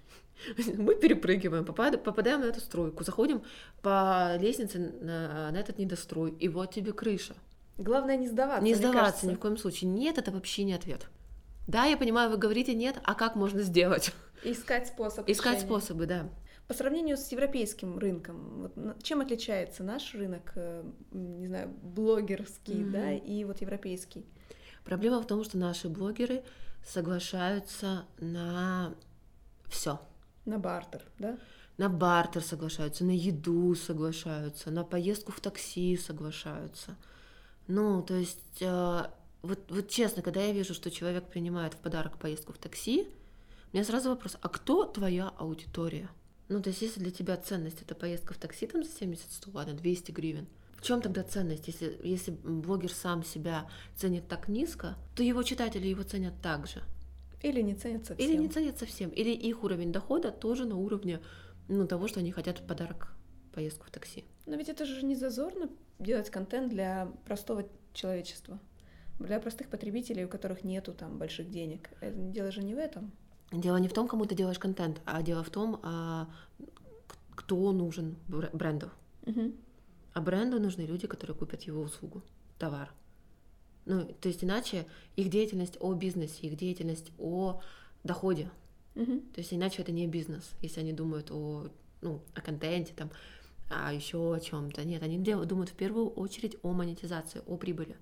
Мы перепрыгиваем, попадаем на эту стройку, заходим по лестнице на, на этот недострой, и вот тебе крыша. Главное не сдаваться. Не сдаваться ни в коем случае. Нет, это вообще не ответ. Да, я понимаю, вы говорите нет, а как можно сделать? Искать способ. Искать решения. способы, да. По сравнению с европейским рынком, вот, чем отличается наш рынок, не знаю, блогерский, mm-hmm. да, и вот европейский? Проблема в том, что наши блогеры соглашаются на все. На бартер, да? На бартер соглашаются, на еду соглашаются, на поездку в такси соглашаются. Ну, то есть, э, вот, вот честно, когда я вижу, что человек принимает в подарок поездку в такси, у меня сразу вопрос, а кто твоя аудитория? Ну, то есть, если для тебя ценность — это поездка в такси там за семьдесят, сто, ладно, двести гривен, в чем тогда ценность? Если, если блогер сам себя ценит так низко, то его читатели его ценят так же. Или не ценят совсем. Или не ценят совсем. Или их уровень дохода тоже на уровне ну, того, что они хотят в подарок поездку в такси. Но ведь это же не зазорно делать контент для простого человечества, для простых потребителей, у которых нету там больших денег. Дело же не в этом. Дело не в том, кому ты делаешь контент, а дело в том, а, кто нужен бренду. Угу. А бренду нужны люди, которые купят его услугу, товар. Ну, то есть иначе их деятельность о бизнесе, их деятельность о доходе. Uh-huh. То есть иначе это не бизнес, если они думают о, ну, о контенте, там, а еще о чем-то. Нет, они думают в первую очередь о монетизации, о прибыли.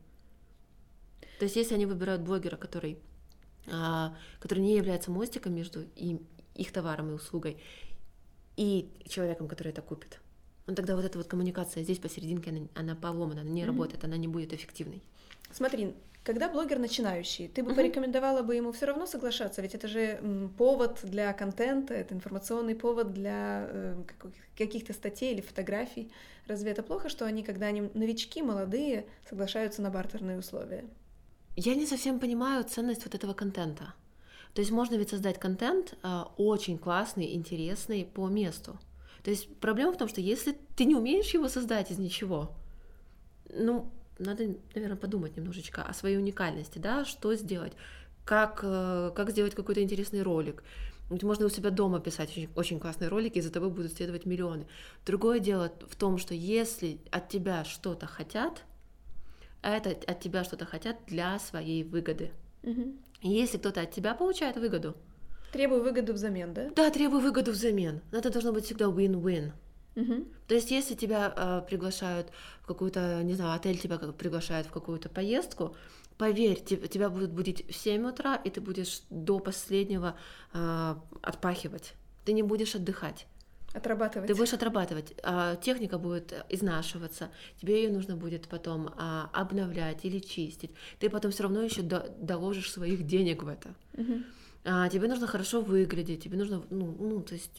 То есть если они выбирают блогера, который, а, который не является мостиком между им, их товаром и услугой и человеком, который это купит, ну, тогда вот эта вот коммуникация здесь посерединке, она, она поломана, она не uh-huh. работает, она не будет эффективной. Смотри, когда блогер начинающий, ты бы uh-huh. порекомендовала бы ему все равно соглашаться, ведь это же м, повод для контента, это информационный повод для э, каких-то статей или фотографий. Разве это плохо, что они, когда они новички, молодые, соглашаются на бартерные условия? Я не совсем понимаю ценность вот этого контента. То есть можно ведь создать контент э, очень классный, интересный по месту. То есть проблема в том, что если ты не умеешь его создать из ничего, ну... Надо, наверное, подумать немножечко о своей уникальности, да, что сделать, как, как сделать какой-то интересный ролик. Можно у себя дома писать очень, очень классные ролики, и за тобой будут следовать миллионы. Другое дело в том, что если от тебя что-то хотят, это от тебя что-то хотят для своей выгоды. Угу. И если кто-то от тебя получает выгоду... Требую выгоду взамен, да? Да, требую выгоду взамен. Но это должно быть всегда win-win. Угу. То есть если тебя э, приглашают в какую-то, не знаю, отель тебя приглашает в какую-то поездку, поверь, te- тебя будут будить в семь утра, и ты будешь до последнего э, отпахивать. Ты не будешь отдыхать. Отрабатывать. Ты будешь отрабатывать. А техника будет изнашиваться. Тебе ее нужно будет потом а, обновлять или чистить. Ты потом все равно еще до- доложишь своих денег в это. Угу. А, тебе нужно хорошо выглядеть. Тебе нужно, ну, ну, то есть,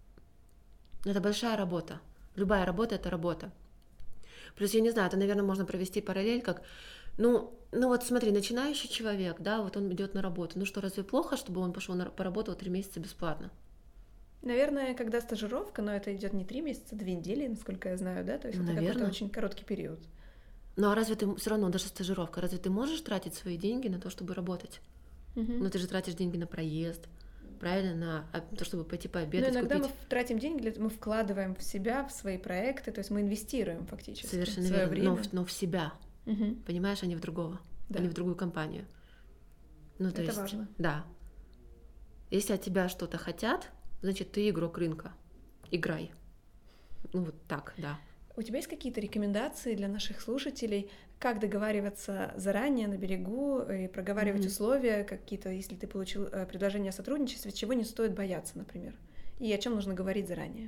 это большая работа. Любая работа — это работа. Плюс, я не знаю, это, наверное, можно провести параллель, как, ну, ну вот смотри, начинающий человек, да, вот он идет на работу. Ну что, разве плохо, чтобы он пошел на поработал три месяца бесплатно? Наверное, когда стажировка, но это идет не три месяца, две недели, насколько я знаю, да? То есть Наверное. это какой-то очень короткий период. Ну а разве ты все равно, даже стажировка, разве ты можешь тратить свои деньги на то, чтобы работать? Угу. Ну ты же тратишь деньги на проезд, правильно, на то, чтобы пойти пообедать, Но иногда купить. мы тратим деньги, для- мы вкладываем в себя, в свои проекты, то есть мы инвестируем фактически Совершенно в свое верно, но время. в, но в себя, Угу. понимаешь, а не в другого, Да. а не в другую компанию. Ну, то Это есть, важно. Да. Если от тебя что-то хотят, значит, ты игрок рынка. Играй. Ну, вот так, да. У тебя есть какие-то рекомендации для наших слушателей, как договариваться заранее на берегу и проговаривать Мгм. условия какие-то, если ты получил э, предложение о сотрудничестве, чего не стоит бояться, например, и о чем нужно говорить заранее?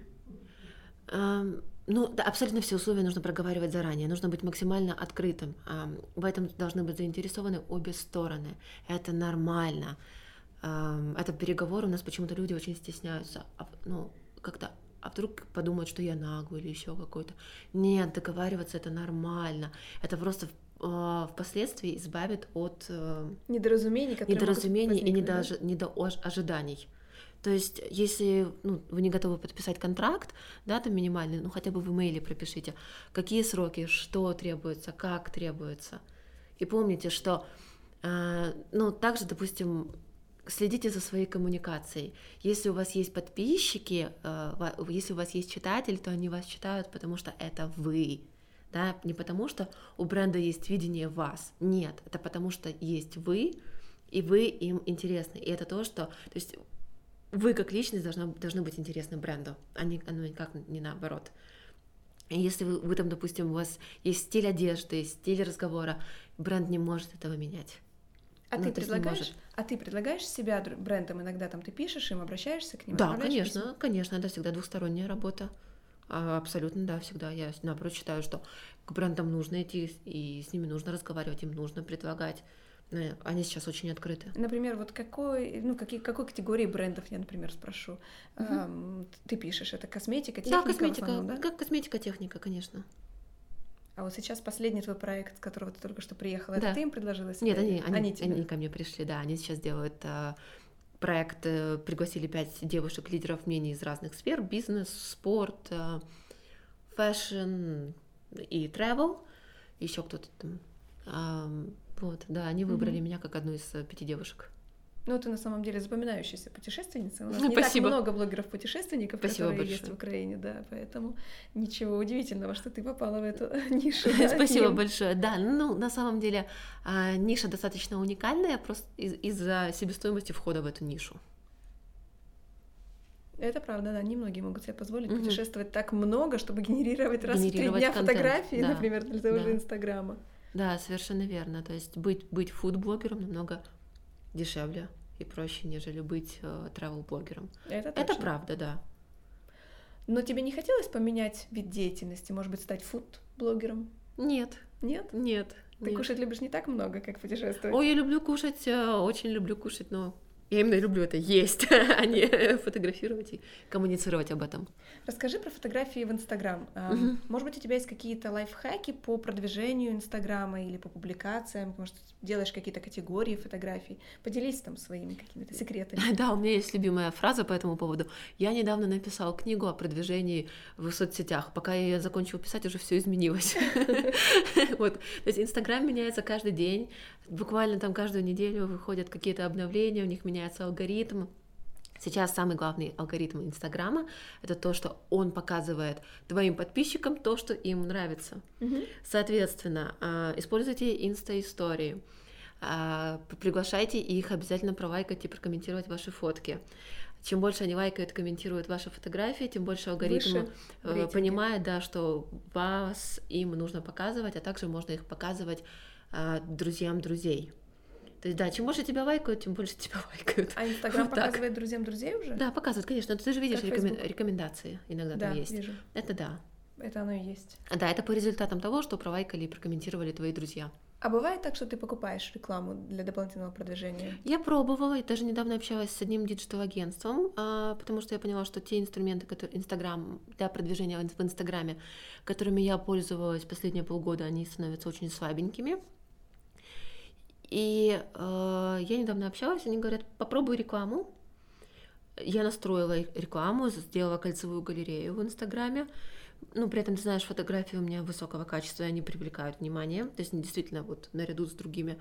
Ам, Ну, да, абсолютно все условия нужно проговаривать заранее, нужно быть максимально открытым. Ам, В этом должны быть заинтересованы обе стороны. Это нормально. Ам, Это переговоры, у нас почему-то люди очень стесняются. А, Ну, как-то, а вдруг подумают, что я наглый или еще какой-то. Нет, договариваться это нормально. Это просто а, впоследствии избавит от э, Недоразумений, которые недоразумений и могут возникнуть, недоожи- недоожиданий. То есть, если ну, вы не готовы подписать контракт, да, там минимальный, ну хотя бы в имейле пропишите, какие сроки, что требуется, как требуется. И помните, что, э, ну, также, допустим, следите за своей коммуникацией. Если у вас есть подписчики, э, ва- если у вас есть читатели, то они вас читают, потому что это вы. Да? Не потому что у бренда есть видение вас. Нет, это потому что есть вы, и вы им интересны. И это то, что... То есть вы как личность должны, должны быть интересны бренду, а не, а ну, никак не наоборот. И если вы, вы там, допустим, у вас есть стиль одежды, стиль разговора, бренд не может этого менять. А, Ну, ты то есть не предлагаешь, может. а ты предлагаешь себя дру- брендам иногда, там ты пишешь им, обращаешься к ним? Да, отправляешь конечно, письма? конечно, это всегда двухсторонняя работа. А, Абсолютно, да, всегда. Я, наоборот, считаю, что к брендам нужно идти, и с ними нужно разговаривать, им нужно предлагать. Ну, Они сейчас очень открыты. Например, вот какой, ну, какие, какой категории брендов я, например, спрошу? Ам, ты пишешь, это косметика, техника Да, косметика, в основном, да? как косметика, техника, конечно. А вот сейчас последний твой проект, с которого ты только что приехала, Да. это ты им предложила себя? Нет, они, или они, тебе? они ко мне пришли, да, они сейчас делают а, проект, э, пригласили пять девушек-лидеров мнений из разных сфер: бизнес, спорт, а, фэшн и travel, еще кто-то там. А, вот, да, они выбрали Мгм. меня как одну из э, пяти девушек. Ну, ты на самом деле запоминающаяся путешественница. У нас Ну, не так спасибо. много блогеров-путешественников, Спасибо которые есть большое. в Украине, да, поэтому ничего удивительного, что ты попала в эту нишу. да, Спасибо им. большое. Да, ну, на самом деле, а, ниша достаточно уникальная просто из- из-за себестоимости входа в эту нишу. Это правда, да, немногие могут себе позволить Мгм. путешествовать так много, чтобы генерировать раз в три Генерировать дня контент, фотографии, да, например, для того да. же Инстаграма. Да, совершенно верно. То есть быть, быть фуд-блогером намного дешевле и проще, нежели быть э, travel-блогером. Это Это точно. правда, да. Но тебе не хотелось поменять вид деятельности, может быть, стать фуд-блогером? Нет, Нет? нет. Ты нет. кушать любишь не так много, как путешествовать? Ой, я люблю кушать, э, очень люблю кушать, но я именно люблю это есть, а не фотографировать и коммуницировать об этом. Расскажи про фотографии в Инстаграм. А, Мгм. Может быть, у тебя есть какие-то лайфхаки по продвижению Инстаграма или по публикациям? Может, делаешь какие-то категории фотографий? Поделись там своими какими-то секретами. Да, у меня есть любимая фраза по этому поводу. Я недавно написала книгу о продвижении в соцсетях. Пока я ее закончила писать, уже все изменилось. Вот. То есть Инстаграм меняется каждый день. Буквально там каждую неделю выходят какие-то обновления, у них меняется алгоритм. Сейчас самый главный алгоритм Инстаграма — это то, что он показывает твоим подписчикам то, что им нравится. Мгм. Соответственно, а, используйте инста-истории, а, приглашайте их обязательно пролайкать и прокомментировать ваши фотки. Чем больше они лайкают, комментируют ваши фотографии, тем больше алгоритм Выше в э, рейтинге. понимает, да, что вас им нужно показывать, а также можно их показывать а, друзьям друзей. То есть, да, чем больше тебя лайкают, тем больше тебя лайкают. А Инстаграм Вот так. показывает друзьям друзей уже? Да, показывают, конечно. Ты же видишь Как рекомен- Facebook. рекомендации иногда Да, там есть. вижу. Это да. Это оно и есть. Да, это по результатам того, что пролайкали и прокомментировали твои друзья. А бывает так, что ты покупаешь рекламу для дополнительного продвижения? Я пробовала, и даже недавно общалась с одним диджитал-агентством, а, потому что я поняла, что те инструменты, которые Инстаграм для продвижения в Инстаграме, которыми я пользовалась последние полгода, они становятся очень слабенькими. И э, я недавно общалась, они говорят, попробуй рекламу. Я настроила рекламу, сделала кольцевую галерею в Инстаграме. Ну, при этом, ты знаешь, фотографии у меня высокого качества, и они привлекают внимание. То есть, они действительно, вот, наряду с другими.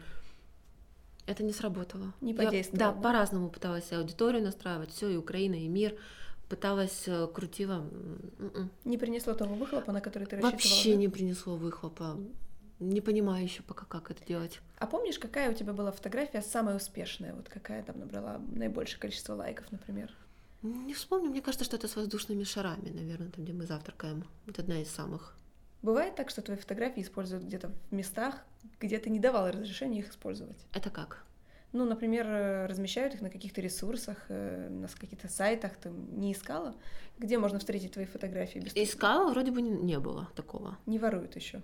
Это не сработало. Не Я, подействовало, да, да? по-разному пыталась аудиторию настраивать, все, и Украина, и мир. Пыталась, э, крутила. М-м. Не принесло того выхлопа, на который ты рассчитывала? Вообще да? не принесло выхлопа. Не понимаю еще пока, как это делать. А помнишь, какая у тебя была фотография самая успешная? Вот какая там набрала наибольшее количество лайков, например? Не вспомню, мне кажется, что это с воздушными шарами, наверное, там, где мы завтракаем. Вот одна из самых. Бывает так, что твои фотографии используют где-то в местах, где ты не давала разрешения их использовать? Это как? Ну, например, э, размещают их на каких-то ресурсах, э, на с- каких-то сайтах, ты не искала? Где можно встретить твои фотографии? Без... Искала, вроде бы не, не было такого. Не воруют еще.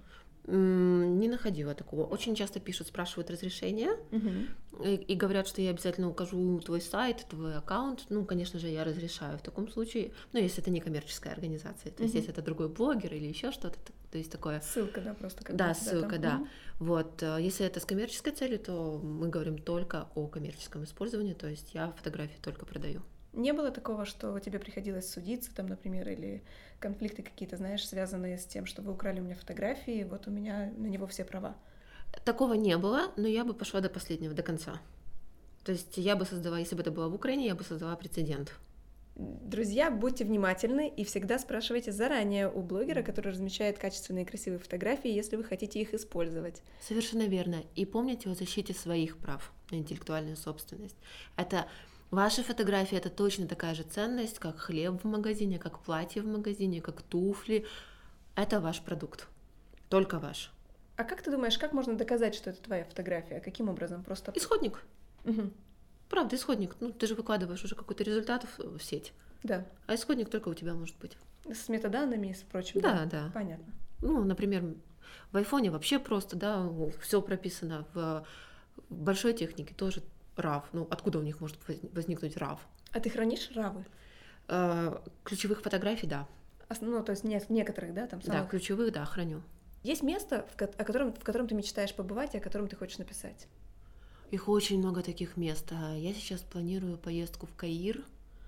М, Не находила такого. Очень часто пишут, спрашивают разрешения и, и говорят, что я обязательно укажу твой сайт, твой аккаунт. Ну, конечно же, я разрешаю в таком случае. Ну, если это не коммерческая организация. То есть, Мгм. если это другой блогер или еще что-то, то, то есть такое. Ссылка, да, просто. как Да, бы у тебя ссылка, там. да. Мгм. Вот. э, Если это с коммерческой целью, то мы говорим только о коммерческом использовании. То есть я фотографии только продаю. Не было такого, что тебе приходилось судиться, там, например, или конфликты какие-то, знаешь, связанные с тем, что вы украли у меня фотографии, вот у меня на него все права. Такого не было, но я бы пошла до последнего, до конца. То есть я бы создала, если бы это было в Украине, я бы создала прецедент. Друзья, будьте внимательны и всегда спрашивайте заранее у блогера, который размещает качественные и красивые фотографии, если вы хотите их использовать. Совершенно верно. И помните о защите своих прав на интеллектуальную собственность. Это ваши фотографии, это точно такая же ценность, как хлеб в магазине, как платье в магазине, как туфли. Это ваш продукт. Только ваш. А как ты думаешь, как можно доказать, что это твоя фотография? Каким образом? Просто... Исходник. Мгм. Правда, исходник. Ну, ты же выкладываешь уже какой-то результат в в сеть. Да. А исходник только у тебя может быть. С метаданными и с прочим. Да, да. Понятно. Ну, например, в айфоне вообще просто, да, все прописано. В в большой технике тоже рав. Ну, откуда у них может воз- возникнуть рав? А ты хранишь равы? Э, Ключевых фотографий, да. Ос- Ну, то есть не- некоторых, да, там Да, самых... ключевых, да, храню. Есть место, в, ко- о котором, в котором ты мечтаешь побывать и о котором ты хочешь написать? Их очень много таких мест. А Я сейчас планирую поездку в Каир,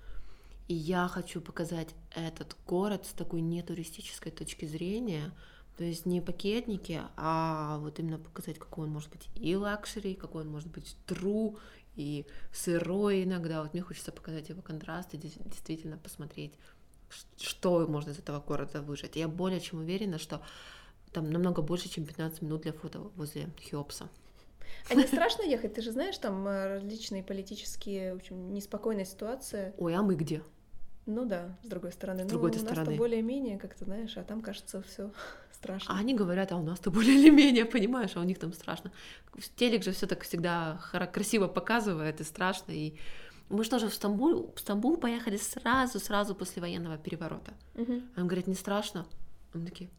и я хочу показать этот город с такой нетуристической точки зрения. То есть не пакетники, а вот именно показать, какой он может быть и лакшери, какой он может быть true, и сырой иногда. Вот мне хочется показать его контраст и дес- действительно посмотреть, ш- что можно из этого города выжать. Я более чем уверена, что там намного больше, чем пятнадцать минут для фото возле Хеопса. А не страшно ехать? Ты же знаешь, там э, различные политические, в общем, неспокойная ситуация. Ой, а мы где? Ну да, с другой стороны. С ну, другой-то у нас-то стороны. более-менее, как-то, знаешь, а там, кажется, все страшно. А они говорят, а у нас-то более или менее, понимаешь, а у них там страшно. Телек же все так всегда хара- красиво показывает и страшно. И мы что же в Стамбул, в Стамбул поехали сразу, сразу после военного переворота. Мгм. А он говорит, не страшно. А мы такие,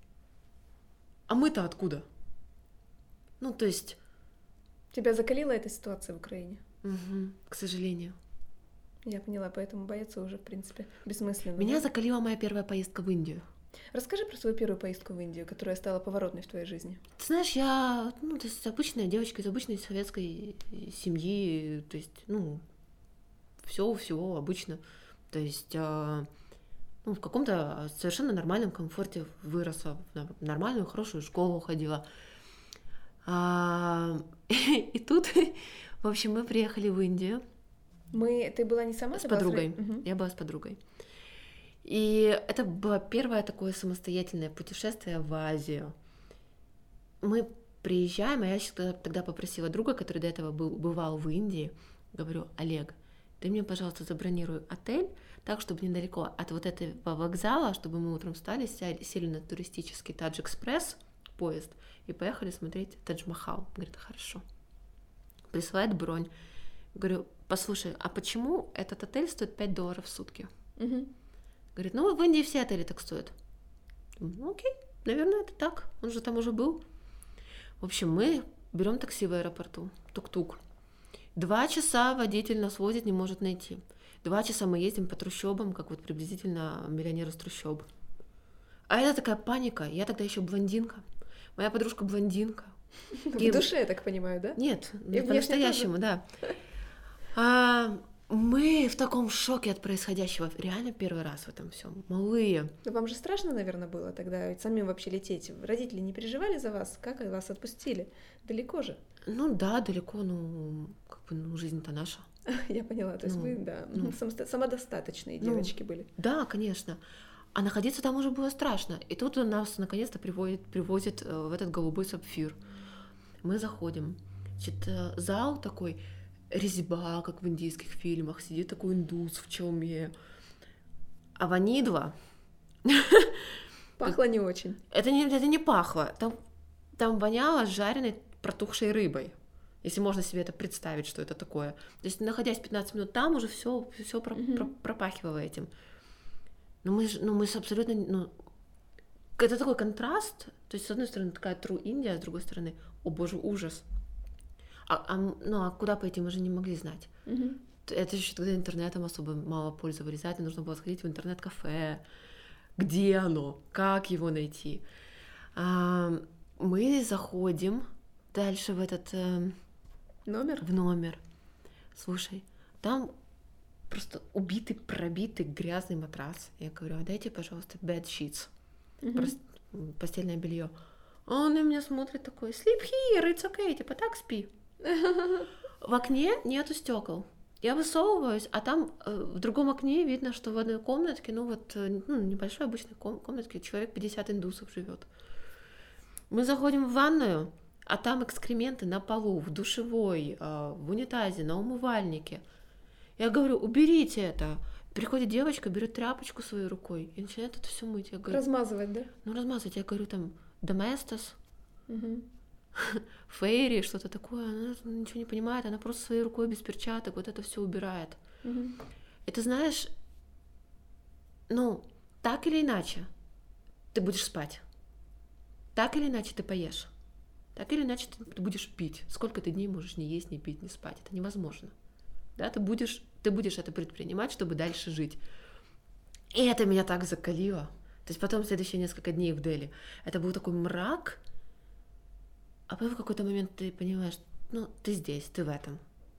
а мы-то откуда? Ну, то есть, Тебя закалила эта ситуация в Украине? мгм, к сожалению. Я поняла, поэтому бояться уже, в принципе, бессмысленно. Меня да? закалила моя первая поездка в Индию. Расскажи про свою первую поездку в Индию, которая стала поворотной в твоей жизни. Ты знаешь, я, ну, то есть обычная девочка из обычной советской семьи, то есть, ну, все, всего обычно. То есть, а, ну, в каком-то совершенно нормальном комфорте выросла, в нар- нормальную, хорошую школу ходила. А, и тут, в общем, мы приехали в Индию. Мы... Ты была не сама? С подругой. Была... Угу. Я была с подругой. И это было первое такое самостоятельное путешествие в Азию. Мы приезжаем, а я тогда попросила друга, который до этого был, бывал в Индии, говорю: Олег, ты мне, пожалуйста, забронируй отель так, чтобы недалеко от вот этого вокзала, чтобы мы утром встали, сели, сели на туристический Тадж-экспресс поезд и поехали смотреть Тадж-Махал. Говорит: хорошо. Присылает бронь. Говорю: послушай, а почему этот отель стоит пять долларов в сутки? Угу. Говорит: ну, в Индии все отели так стоят. Ну, окей, наверное, это так. Он же там уже был. В общем, мы берем такси в аэропорту. Тук-тук. Два часа водитель нас возит, не может найти. Два часа мы ездим по трущобам, как вот приблизительно миллионер из трущоб. А это такая паника. Я тогда еще блондинка. Моя подружка блондинка. В И... душе, я так понимаю, да? Нет, И по-настоящему, да. А мы в таком шоке от происходящего. Реально первый раз в этом всем. Малые. Но вам же страшно, наверное, было тогда ведь самим вообще лететь. Родители не переживали за вас? Как вас отпустили? Далеко же? Ну да, далеко, ну, как бы, ну, жизнь-то наша. Я поняла, то есть ну, вы, да, ну, самодостаточные ну, девочки были. Да, конечно. А находиться там уже было страшно. И тут нас наконец-то приводит, привозят в этот голубой сапфир. Мы заходим. Значит, зал такой, резьба, как в индийских фильмах. Сидит такой индус в челме. А ванидла... Пахло не очень. Это не, это не пахло. Там, там воняло жареной протухшей рыбой. Если можно себе это представить, что это такое. То есть, находясь пятнадцать минут там, уже все, все про, mm-hmm. про, пропахивало этим. Но мы, ну, мы же абсолютно... Ну, это такой контраст. То есть, с одной стороны, такая true Индия, а с другой стороны, о боже, ужас. А, а, ну, а куда пойти, мы же не могли знать. Mm-hmm. Это еще тогда интернетом особо мало пользовались. Да? Нужно было сходить в интернет-кафе. Где оно? Как его найти? А, мы заходим дальше в этот... Э, номер? В номер. Слушай, там просто убитый, пробитый, грязный матрас. Я говорю: а дайте, пожалуйста, bed sheets. Mm-hmm. Просто постельное белье. А он на меня смотрит такой: sleep here, it's okay, типа так спи. В окне нету стекол. Я высовываюсь, а там э, в другом окне видно, что в одной комнатке, ну вот, э, ну, небольшой обычной ком- комнатке человек пятьдесят индусов живет. Мы заходим в ванную, а там экскременты на полу, в душевой, э, в унитазе, на умывальнике. Я говорю: уберите это. Приходит девочка, берет тряпочку своей рукой и начинает это все мыть. Я говорю: размазывать, да? Ну, размазывать. Я говорю: там, Domestos, угу. Фейри, что-то такое. Она ничего не понимает, она просто своей рукой без перчаток вот это все убирает. Угу. И ты знаешь, ну, так или иначе, ты будешь спать. Так или иначе ты поешь. Так или иначе ты будешь пить. Сколько ты дней можешь не есть, не пить, не спать? Это невозможно. Да, ты будешь, ты будешь это предпринимать, чтобы дальше жить. И это меня так закалило. То есть потом следующие несколько дней в Дели это был такой мрак, а потом в какой-то момент ты понимаешь, ну, ты здесь, ты в этом.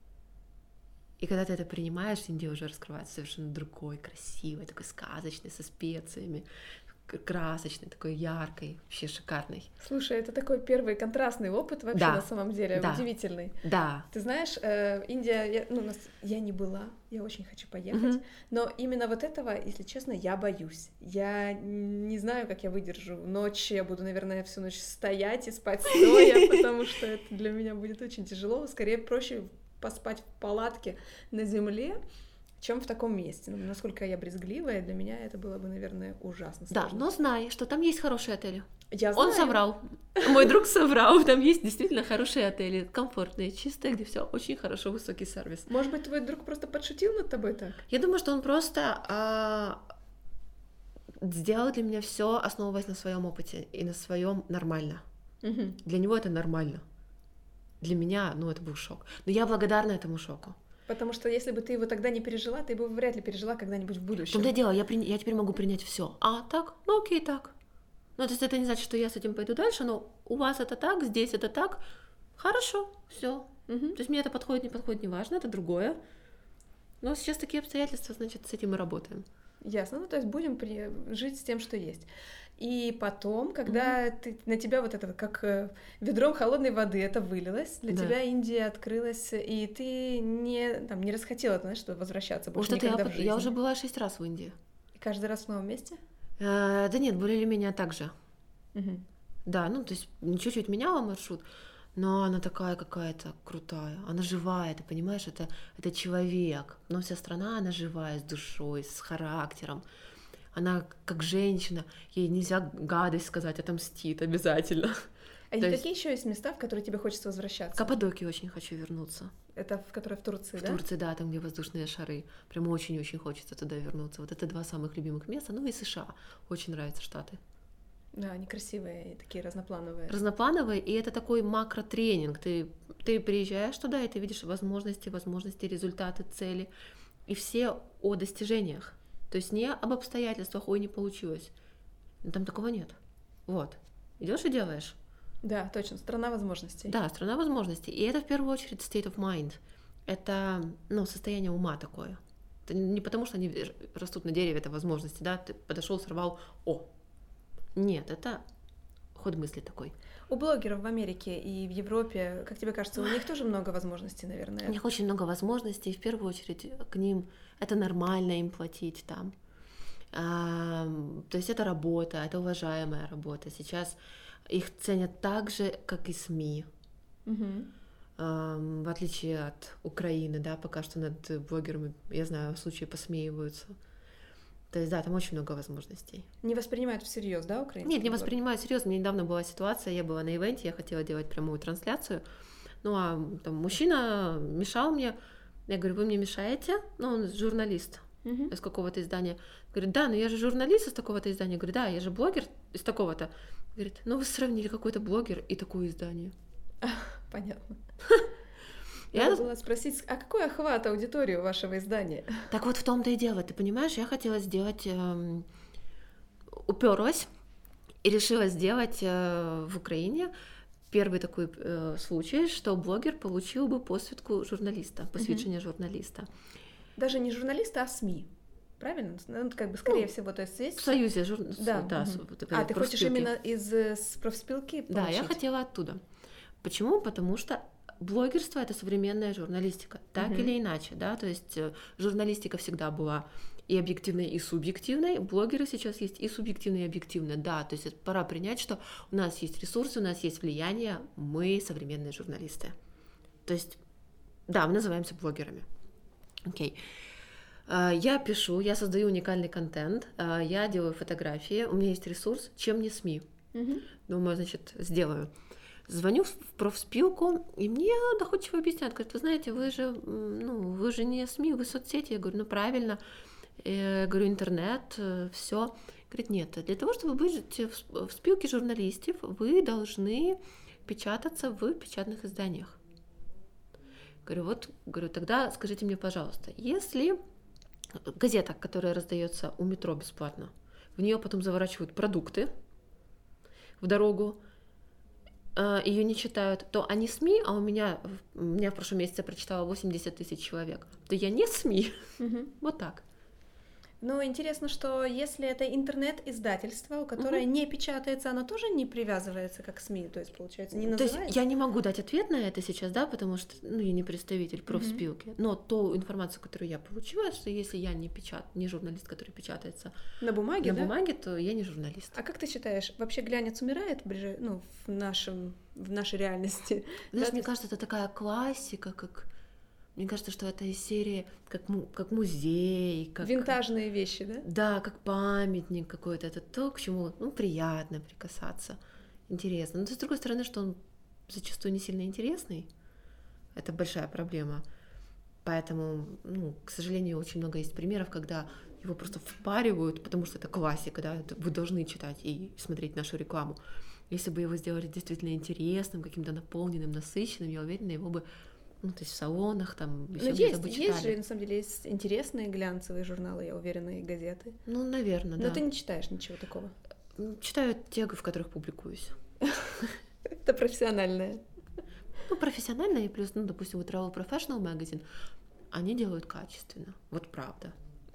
И когда ты это принимаешь, Индия уже раскрывается совершенно другой, красивой, такой сказочной, со специями, красочной, такой яркой, вообще шикарной. Слушай, это такой первый контрастный опыт вообще, да, на самом деле, да, удивительный. Да. Ты знаешь, э, Индия, я, ну, нас, я не была, я очень хочу поехать, mm-hmm. но именно вот этого, если честно, я боюсь. Я не знаю, как я выдержу ночь, я буду, наверное, всю ночь стоять и спать стоя, потому что это для меня будет очень тяжело. Скорее проще поспать в палатке на земле, чем в таком месте. Ну, насколько я брезгливая, для меня это было бы, наверное, ужасно сложно. Да, но знай, что там есть хорошие отели. Я знаю. Он соврал. Мой друг соврал. Там есть действительно хорошие отели, комфортные, чистые, где все очень хорошо, высокий сервис. Может быть, твой друг просто подшутил над тобой так? Я думаю, что он просто а, сделал для меня все, основываясь на своем опыте и на своем нормально. Угу. Для него это нормально. Для меня, ну, это был шок. Но я благодарна этому шоку. Потому что если бы ты его тогда не пережила, ты бы вряд ли пережила когда-нибудь в будущем. В том-то и дело, я, при... я теперь могу принять все. А, так? Ну окей, так. Ну, то есть это не значит, что я с этим пойду дальше, но у вас это так, здесь это так. Хорошо, все. Угу. То есть мне это подходит, не подходит, не важно, это другое. Но сейчас такие обстоятельства, значит, с этим мы работаем. Ясно, ну то есть будем при... жить с тем, что есть. И потом, когда mm-hmm. ты, на тебя вот это как ведром холодной воды это вылилось, для да. тебя Индия открылась, и ты не, там, не расхотела, знаешь, что возвращаться больше Может, никогда я, в жизни. Я уже была шесть раз в Индии. И каждый раз в новом месте? А, да нет, более или менее так же. Mm-hmm. Да, ну то есть чуть-чуть меняла маршрут, но она такая какая-то крутая, она живая, ты понимаешь, это, это человек, но вся страна, она живая, с душой, с характером. Она как женщина, ей нельзя гадость сказать, отомстит обязательно. А какие есть... еще есть места, в которые тебе хочется возвращаться? Каппадокию очень хочу вернуться. Это в которой в Турции, в да? В Турции, да, там, где воздушные шары. Прям очень-очень хочется туда вернуться. Вот это два самых любимых места. Ну и США. Очень нравятся Штаты. Да, они красивые и такие разноплановые. Разноплановые, и это такой макротренинг. Ты, ты приезжаешь туда, и ты видишь возможности, возможности, результаты, цели. И все о достижениях. То есть не об обстоятельствах, ой, не получилось. Там такого нет. Вот. Идешь и делаешь. Да, точно. Страна возможностей. Да, страна возможностей. И это в первую очередь state of mind. Это, ну, состояние ума такое. Это не потому, что они растут на дереве, это возможности, да, ты подошел, сорвал, о. Нет, это ход мысли такой. У блогеров в Америке и в Европе, как тебе кажется, у них тоже много возможностей, наверное? У них очень много возможностей, в первую очередь к ним это нормально им платить там. А, то есть это работа, это уважаемая работа. Сейчас их ценят так же, как и СМИ. Угу. А, в отличие от Украины, да, пока что над блогерами, я знаю, в случае посмеиваются. То есть, да, там очень много возможностей. Не воспринимают всерьез, да, украинцы? Нет, не воспринимают всерьез. У меня недавно была ситуация, я была на ивенте, я хотела делать прямую трансляцию, ну, а там мужчина мешал мне, я говорю, вы мне мешаете? Ну, он журналист uh-huh. из какого-то издания. Говорит, да, но я же журналист из такого-то издания. Я говорю, да, я же блогер из такого-то. Говорит, ну, вы сравнили какой-то блогер и такое издание. Понятно. Я Надо было спросить, а какой охват аудитории у вашего издания? Так вот в том-то и дело, ты понимаешь, я хотела сделать, э, уперлась и решила сделать э, в Украине первый такой э, случай, что блогер получил бы посвідку журналиста, посвящение uh-huh. журналиста. Даже не журналиста, а СМИ, правильно? Ну, как бы, скорее ну, всего, то есть есть... В Союзе жур... да. да uh-huh. А, ты хочешь именно из с профспилки получить? Да, я хотела оттуда. Почему? Потому что блогерство — это современная журналистика, так uh-huh. или иначе, да, то есть журналистика всегда была и объективной, и субъективной, блогеры сейчас есть и субъективные, и объективные, да, то есть пора принять, что у нас есть ресурсы, у нас есть влияние, мы современные журналисты, то есть, да, мы называемся блогерами, окей. Я пишу, я создаю уникальный контент, я делаю фотографии, у меня есть ресурс, чем не СМИ, uh-huh. думаю, значит, сделаю. Звоню в профспилку, и мне доходчиво объясняют, говорят, вы знаете, вы же, ну, вы же не СМИ, вы соцсети. Я говорю, ну правильно, я говорю, интернет, все. Говорит, нет, для того, чтобы быть в спилке журналистов, вы должны печататься в печатных изданиях. Говорю, вот, говорю, тогда скажите мне, пожалуйста, если газета, которая раздается у метро бесплатно, в нее потом заворачивают продукты в дорогу, ее не читают, то они СМИ, а у меня, у меня в прошлом месяце прочитала восемьдесят тысяч человек, то я не СМИ. Угу. Вот так. Ну, интересно, что если это интернет-издательство, которое угу. не печатается, оно тоже не привязывается как СМИ, то есть, получается, не называется? То есть я не могу дать ответ на это сейчас, да, потому что, ну, я не представитель профспилки, угу. но ту информацию, которую я получила, что если я не печат, не журналист, который печатается на бумаге, на да? бумаге, то я не журналист. А как ты считаешь, вообще глянец умирает ближе, ну, в нашем, в нашей реальности? Знаешь, да, мне кажется, это такая классика, как... Мне кажется, что это из серии как, му- как музей, как... Винтажные вещи, да? Да, как памятник какой-то. Это то, к чему, ну, приятно прикасаться. Интересно. Но с другой стороны, что он зачастую не сильно интересный. Это большая проблема. Поэтому, ну, к сожалению, очень много есть примеров, когда его просто впаривают, потому что это классика, да, это вы должны читать и смотреть нашу рекламу. Если бы его сделали действительно интересным, каким-то наполненным, насыщенным, я уверена, его бы... Ну, то есть в салонах, там, еще где-то бы читали. Есть же, на самом деле, есть интересные глянцевые журналы, я уверена, и газеты. Ну, наверное, да. Но ты не читаешь ничего такого? Читаю те, в которых публикуюсь. Это профессиональное. Ну, профессиональное, и плюс, ну, допустим, вот Travel Professional Magazine, они делают качественно, вот правда.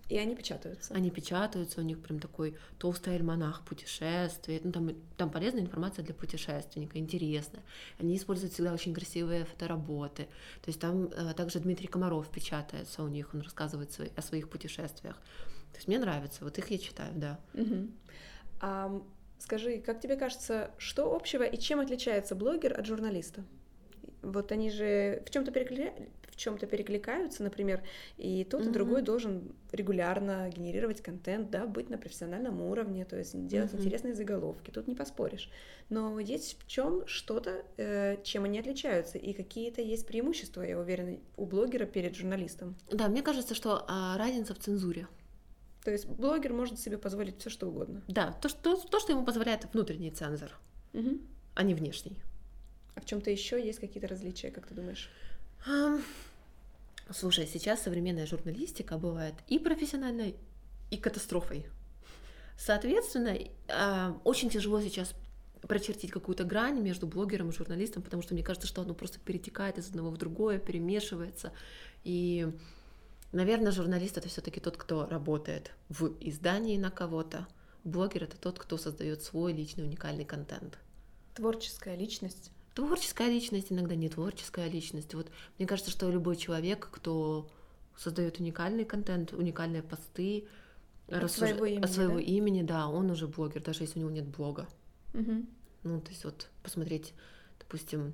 И они печатаются. Они печатаются, у них прям такой толстый альманах путешествий. Ну, там, там полезная информация для путешественника, интересная. Они используют всегда очень красивые фотоработы. То есть там а, также Дмитрий Комаров печатается у них, он рассказывает свои, о своих путешествиях. То есть мне нравится, вот их я читаю, да. Угу. А, скажи, как тебе кажется, что общего и чем отличается блогер от журналиста? Вот они же в чем-то перекля... в чем-то перекликаются, например, и тот, mm-hmm. и другой должен регулярно генерировать контент, да, быть на профессиональном уровне, то есть делать mm-hmm. интересные заголовки, тут не поспоришь. Но есть в чем что-то, э, чем они отличаются, и какие-то есть преимущества, я уверена, у блогера перед журналистом. Да, мне кажется, что а, разница в цензуре. То есть блогер может себе позволить все что угодно. Да, то, что, то, что ему позволяет внутренний цензор, mm-hmm. а не внешний. А в чем-то еще есть какие-то различия, как ты думаешь? Um, слушай, сейчас современная журналистика бывает и профессиональной, и катастрофой. Соответственно, uh, очень тяжело сейчас прочертить какую-то грань между блогером и журналистом, потому что мне кажется, что оно просто перетекает из одного в другое, перемешивается. И, наверное, журналист — это все-таки тот, кто работает в издании на кого-то. Блогер — это тот, кто создает свой личный уникальный контент. Творческая личность. Творческая личность, иногда не творческая личность. Вот мне кажется, что любой человек, кто создает уникальный контент, уникальные посты от рассуж... своего имени, от своего да? имени, да, он уже блогер, даже если у него нет блога. Угу. Ну, то есть вот посмотреть, допустим,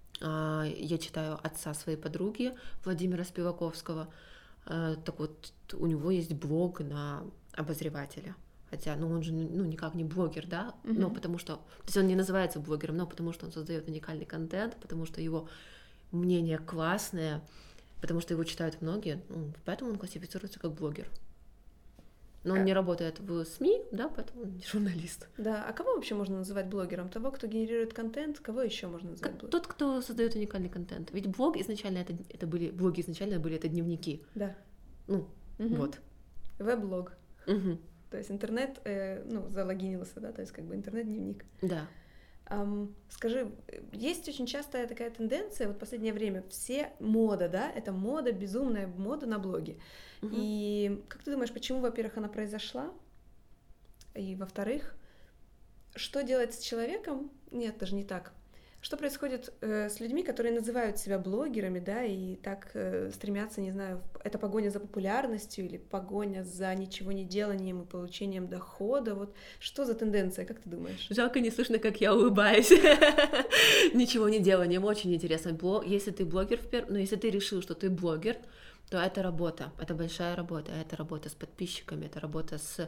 я читаю отца своей подруги Владимира Спиваковского, так вот у него есть блог на обозревателя. Хотя, ну, он же, ну, никак не блогер, да, mm-hmm. но потому что, то есть он не называется блогером, но потому что он создает уникальный контент, потому что его мнение классное, потому что его читают многие, ну, поэтому он классифицируется как блогер. Но он а... не работает в СМИ, да, поэтому он не журналист. Да, а кого вообще можно называть блогером? Того, кто генерирует контент, кого еще можно называть блогером? Тот, кто создает уникальный контент. Ведь блог изначально это, это были, блоги изначально были это дневники. Да. Ну, угу. вот. Веб-блог. Угу. То есть интернет, э, ну, залогинился, да, то есть как бы интернет-дневник. Да. Um, скажи, есть очень частая такая тенденция, вот в последнее время все мода, да, это мода, безумная мода на блоги. Uh-huh. И как ты думаешь, почему, во-первых, она произошла? И, во-вторых, что делать с человеком? Нет, даже не так. Что происходит э, с людьми, которые называют себя блогерами, да, и так э, стремятся, не знаю, это погоня за популярностью или погоня за ничего не деланием и получением дохода, вот что за тенденция, как ты думаешь? Жалко, не слышно, как я улыбаюсь. Ничего не деланием, очень интересно. Если ты блогер, ну, если ты решил, что ты блогер, то это работа, это большая работа, это работа с подписчиками, это работа с...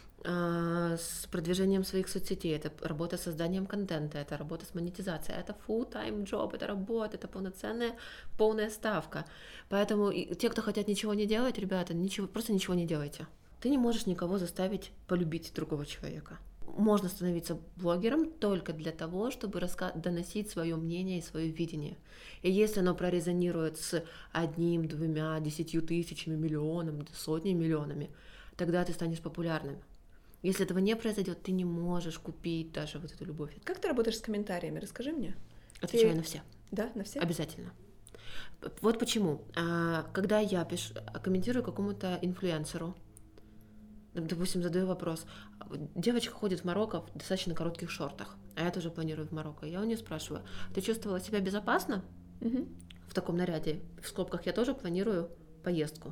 с продвижением своих соцсетей, это работа с созданием контента, это работа с монетизацией, это full-time job, это работа, это полноценная, полная ставка. Поэтому и те, кто хотят ничего не делать, ребята, ничего, просто ничего не делайте. Ты не можешь никого заставить полюбить другого человека. Можно становиться блогером только для того, чтобы раска- доносить свое мнение и свое видение. И если оно прорезонирует с одним, двумя, десятью тысячами, миллионом, сотнями миллионами, тогда ты станешь популярным. Если этого не произойдет, ты не можешь купить даже вот эту любовь. Как ты работаешь с комментариями? Расскажи мне. Отвечаю ты... на все. Да, на все? Обязательно. Вот почему. Когда я пишу, комментирую какому-то инфлюенсеру, допустим, задаю вопрос. Девочка ходит в Марокко в достаточно коротких шортах, а я тоже планирую в Марокко. Я у нее спрашиваю, ты чувствовала себя безопасно угу. в таком наряде? В скобках я тоже планирую поездку.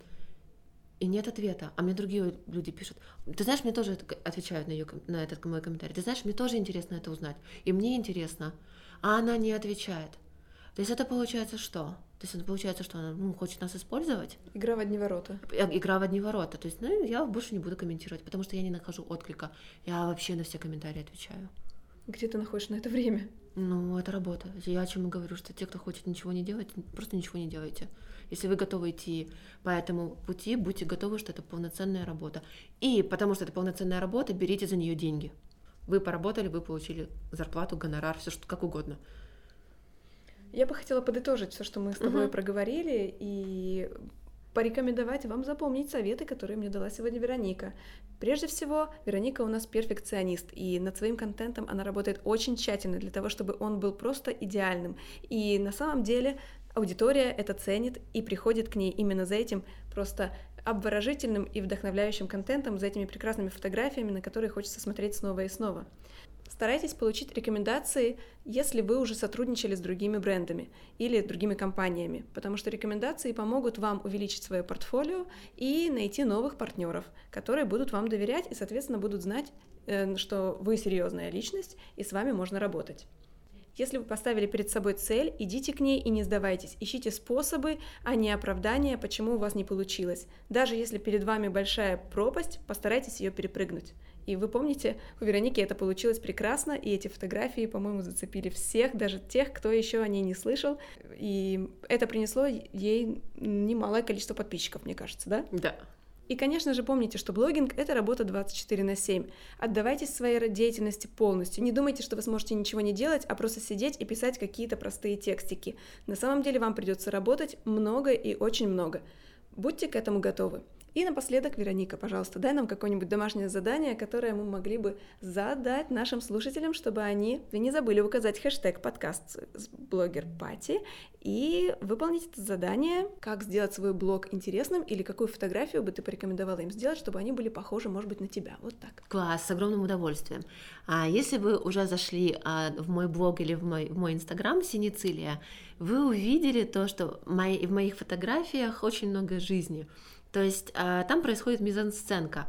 И нет ответа. А мне другие люди пишут. Ты знаешь, мне тоже отвечают на, ее, на этот мой комментарий. Ты знаешь, мне тоже интересно это узнать. И мне интересно. А она не отвечает. То есть это получается что? То есть это получается, что она ну, хочет нас использовать? Игра в одни ворота. Игра в одни ворота. То есть ну, я больше не буду комментировать, потому что я не нахожу отклика. Я вообще на все комментарии отвечаю. Где ты находишь на это время? Ну, это работа. Я о чем и говорю, что те, кто хочет ничего не делать, просто ничего не делайте. Если вы готовы идти по этому пути, будьте готовы, что это полноценная работа. И потому что это полноценная работа, берите за нее деньги. Вы поработали, вы получили зарплату, гонорар, все что как угодно. Я бы хотела подытожить все, что мы с тобой uh-huh. проговорили, и порекомендовать вам запомнить советы, которые мне дала сегодня Вероника. Прежде всего, Вероника у нас перфекционист, и над своим контентом она работает очень тщательно для того, чтобы он был просто идеальным. И на самом деле аудитория это ценит и приходит к ней именно за этим просто обворожительным и вдохновляющим контентом, за этими прекрасными фотографиями, на которые хочется смотреть снова и снова. Старайтесь получить рекомендации, если вы уже сотрудничали с другими брендами или другими компаниями, потому что рекомендации помогут вам увеличить свое портфолио и найти новых партнеров, которые будут вам доверять и, соответственно, будут знать, что вы серьезная личность и с вами можно работать. Если вы поставили перед собой цель, идите к ней и не сдавайтесь. Ищите способы, а не оправдания, почему у вас не получилось. Даже если перед вами большая пропасть, постарайтесь ее перепрыгнуть. И вы помните, у Вероники это получилось прекрасно, и эти фотографии, по-моему, зацепили всех, даже тех, кто еще о ней не слышал. И это принесло ей немалое количество подписчиков, мне кажется, да? Да. И, конечно же, помните, что блогинг — это работа двадцать четыре на семь. Отдавайтесь своей деятельности полностью. Не думайте, что вы сможете ничего не делать, а просто сидеть и писать какие-то простые текстики. На самом деле вам придется работать много и очень много. Будьте к этому готовы. И напоследок, Вероника, пожалуйста, дай нам какое-нибудь домашнее задание, которое мы могли бы задать нашим слушателям, чтобы они не забыли указать хэштег подкаст блогер Пати и выполнить это задание, как сделать свой блог интересным или какую фотографию бы ты порекомендовала им сделать, чтобы они были похожи, может быть, на тебя. Вот так. Класс, с огромным удовольствием. А если вы уже зашли а, в мой блог или в мой, в мой инстаграм Синицилия, вы увидели то, что мои, в моих фотографиях очень много жизни. То есть а, там происходит мизансценка.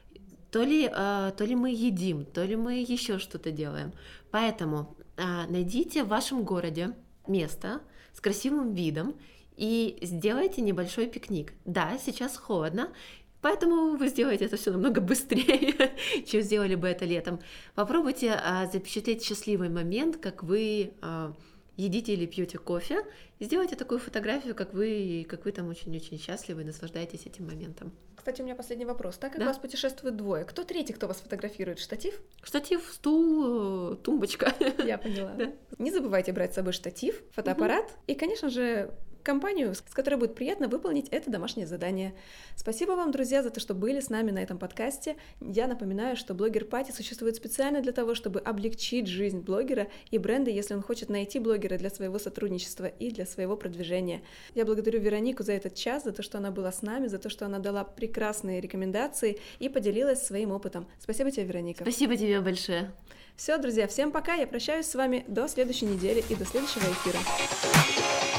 То ли, а, то ли мы едим, то ли мы еще что-то делаем. Поэтому а, найдите в вашем городе место с красивым видом и сделайте небольшой пикник. Да, сейчас холодно, поэтому вы сделаете это все намного быстрее, чем сделали бы это летом. Попробуйте а, запечатлеть счастливый момент, как вы а, едите или пьете кофе, и сделайте такую фотографию, как вы, как вы там очень-очень счастливы и наслаждаетесь этим моментом. Кстати, у меня последний вопрос. Так как Да? у вас путешествует двое, кто третий, кто вас фотографирует? Штатив? Штатив, стул, тумбочка. Я поняла. Да. Не забывайте брать с собой штатив, фотоаппарат угу. и, конечно же, компанию, с которой будет приятно выполнить это домашнее задание. Спасибо вам, друзья, за то, что были с нами на этом подкасте. Я напоминаю, что блогер Пати существует специально для того, чтобы облегчить жизнь блогера и бренда, если он хочет найти блогера для своего сотрудничества и для своего продвижения. Я благодарю Веронику за этот час, за то, что она была с нами, за то, что она дала прекрасные рекомендации и поделилась своим опытом. Спасибо тебе, Вероника. Спасибо тебе большое. Все, друзья, всем пока. Я прощаюсь с вами до следующей недели и до следующего эфира.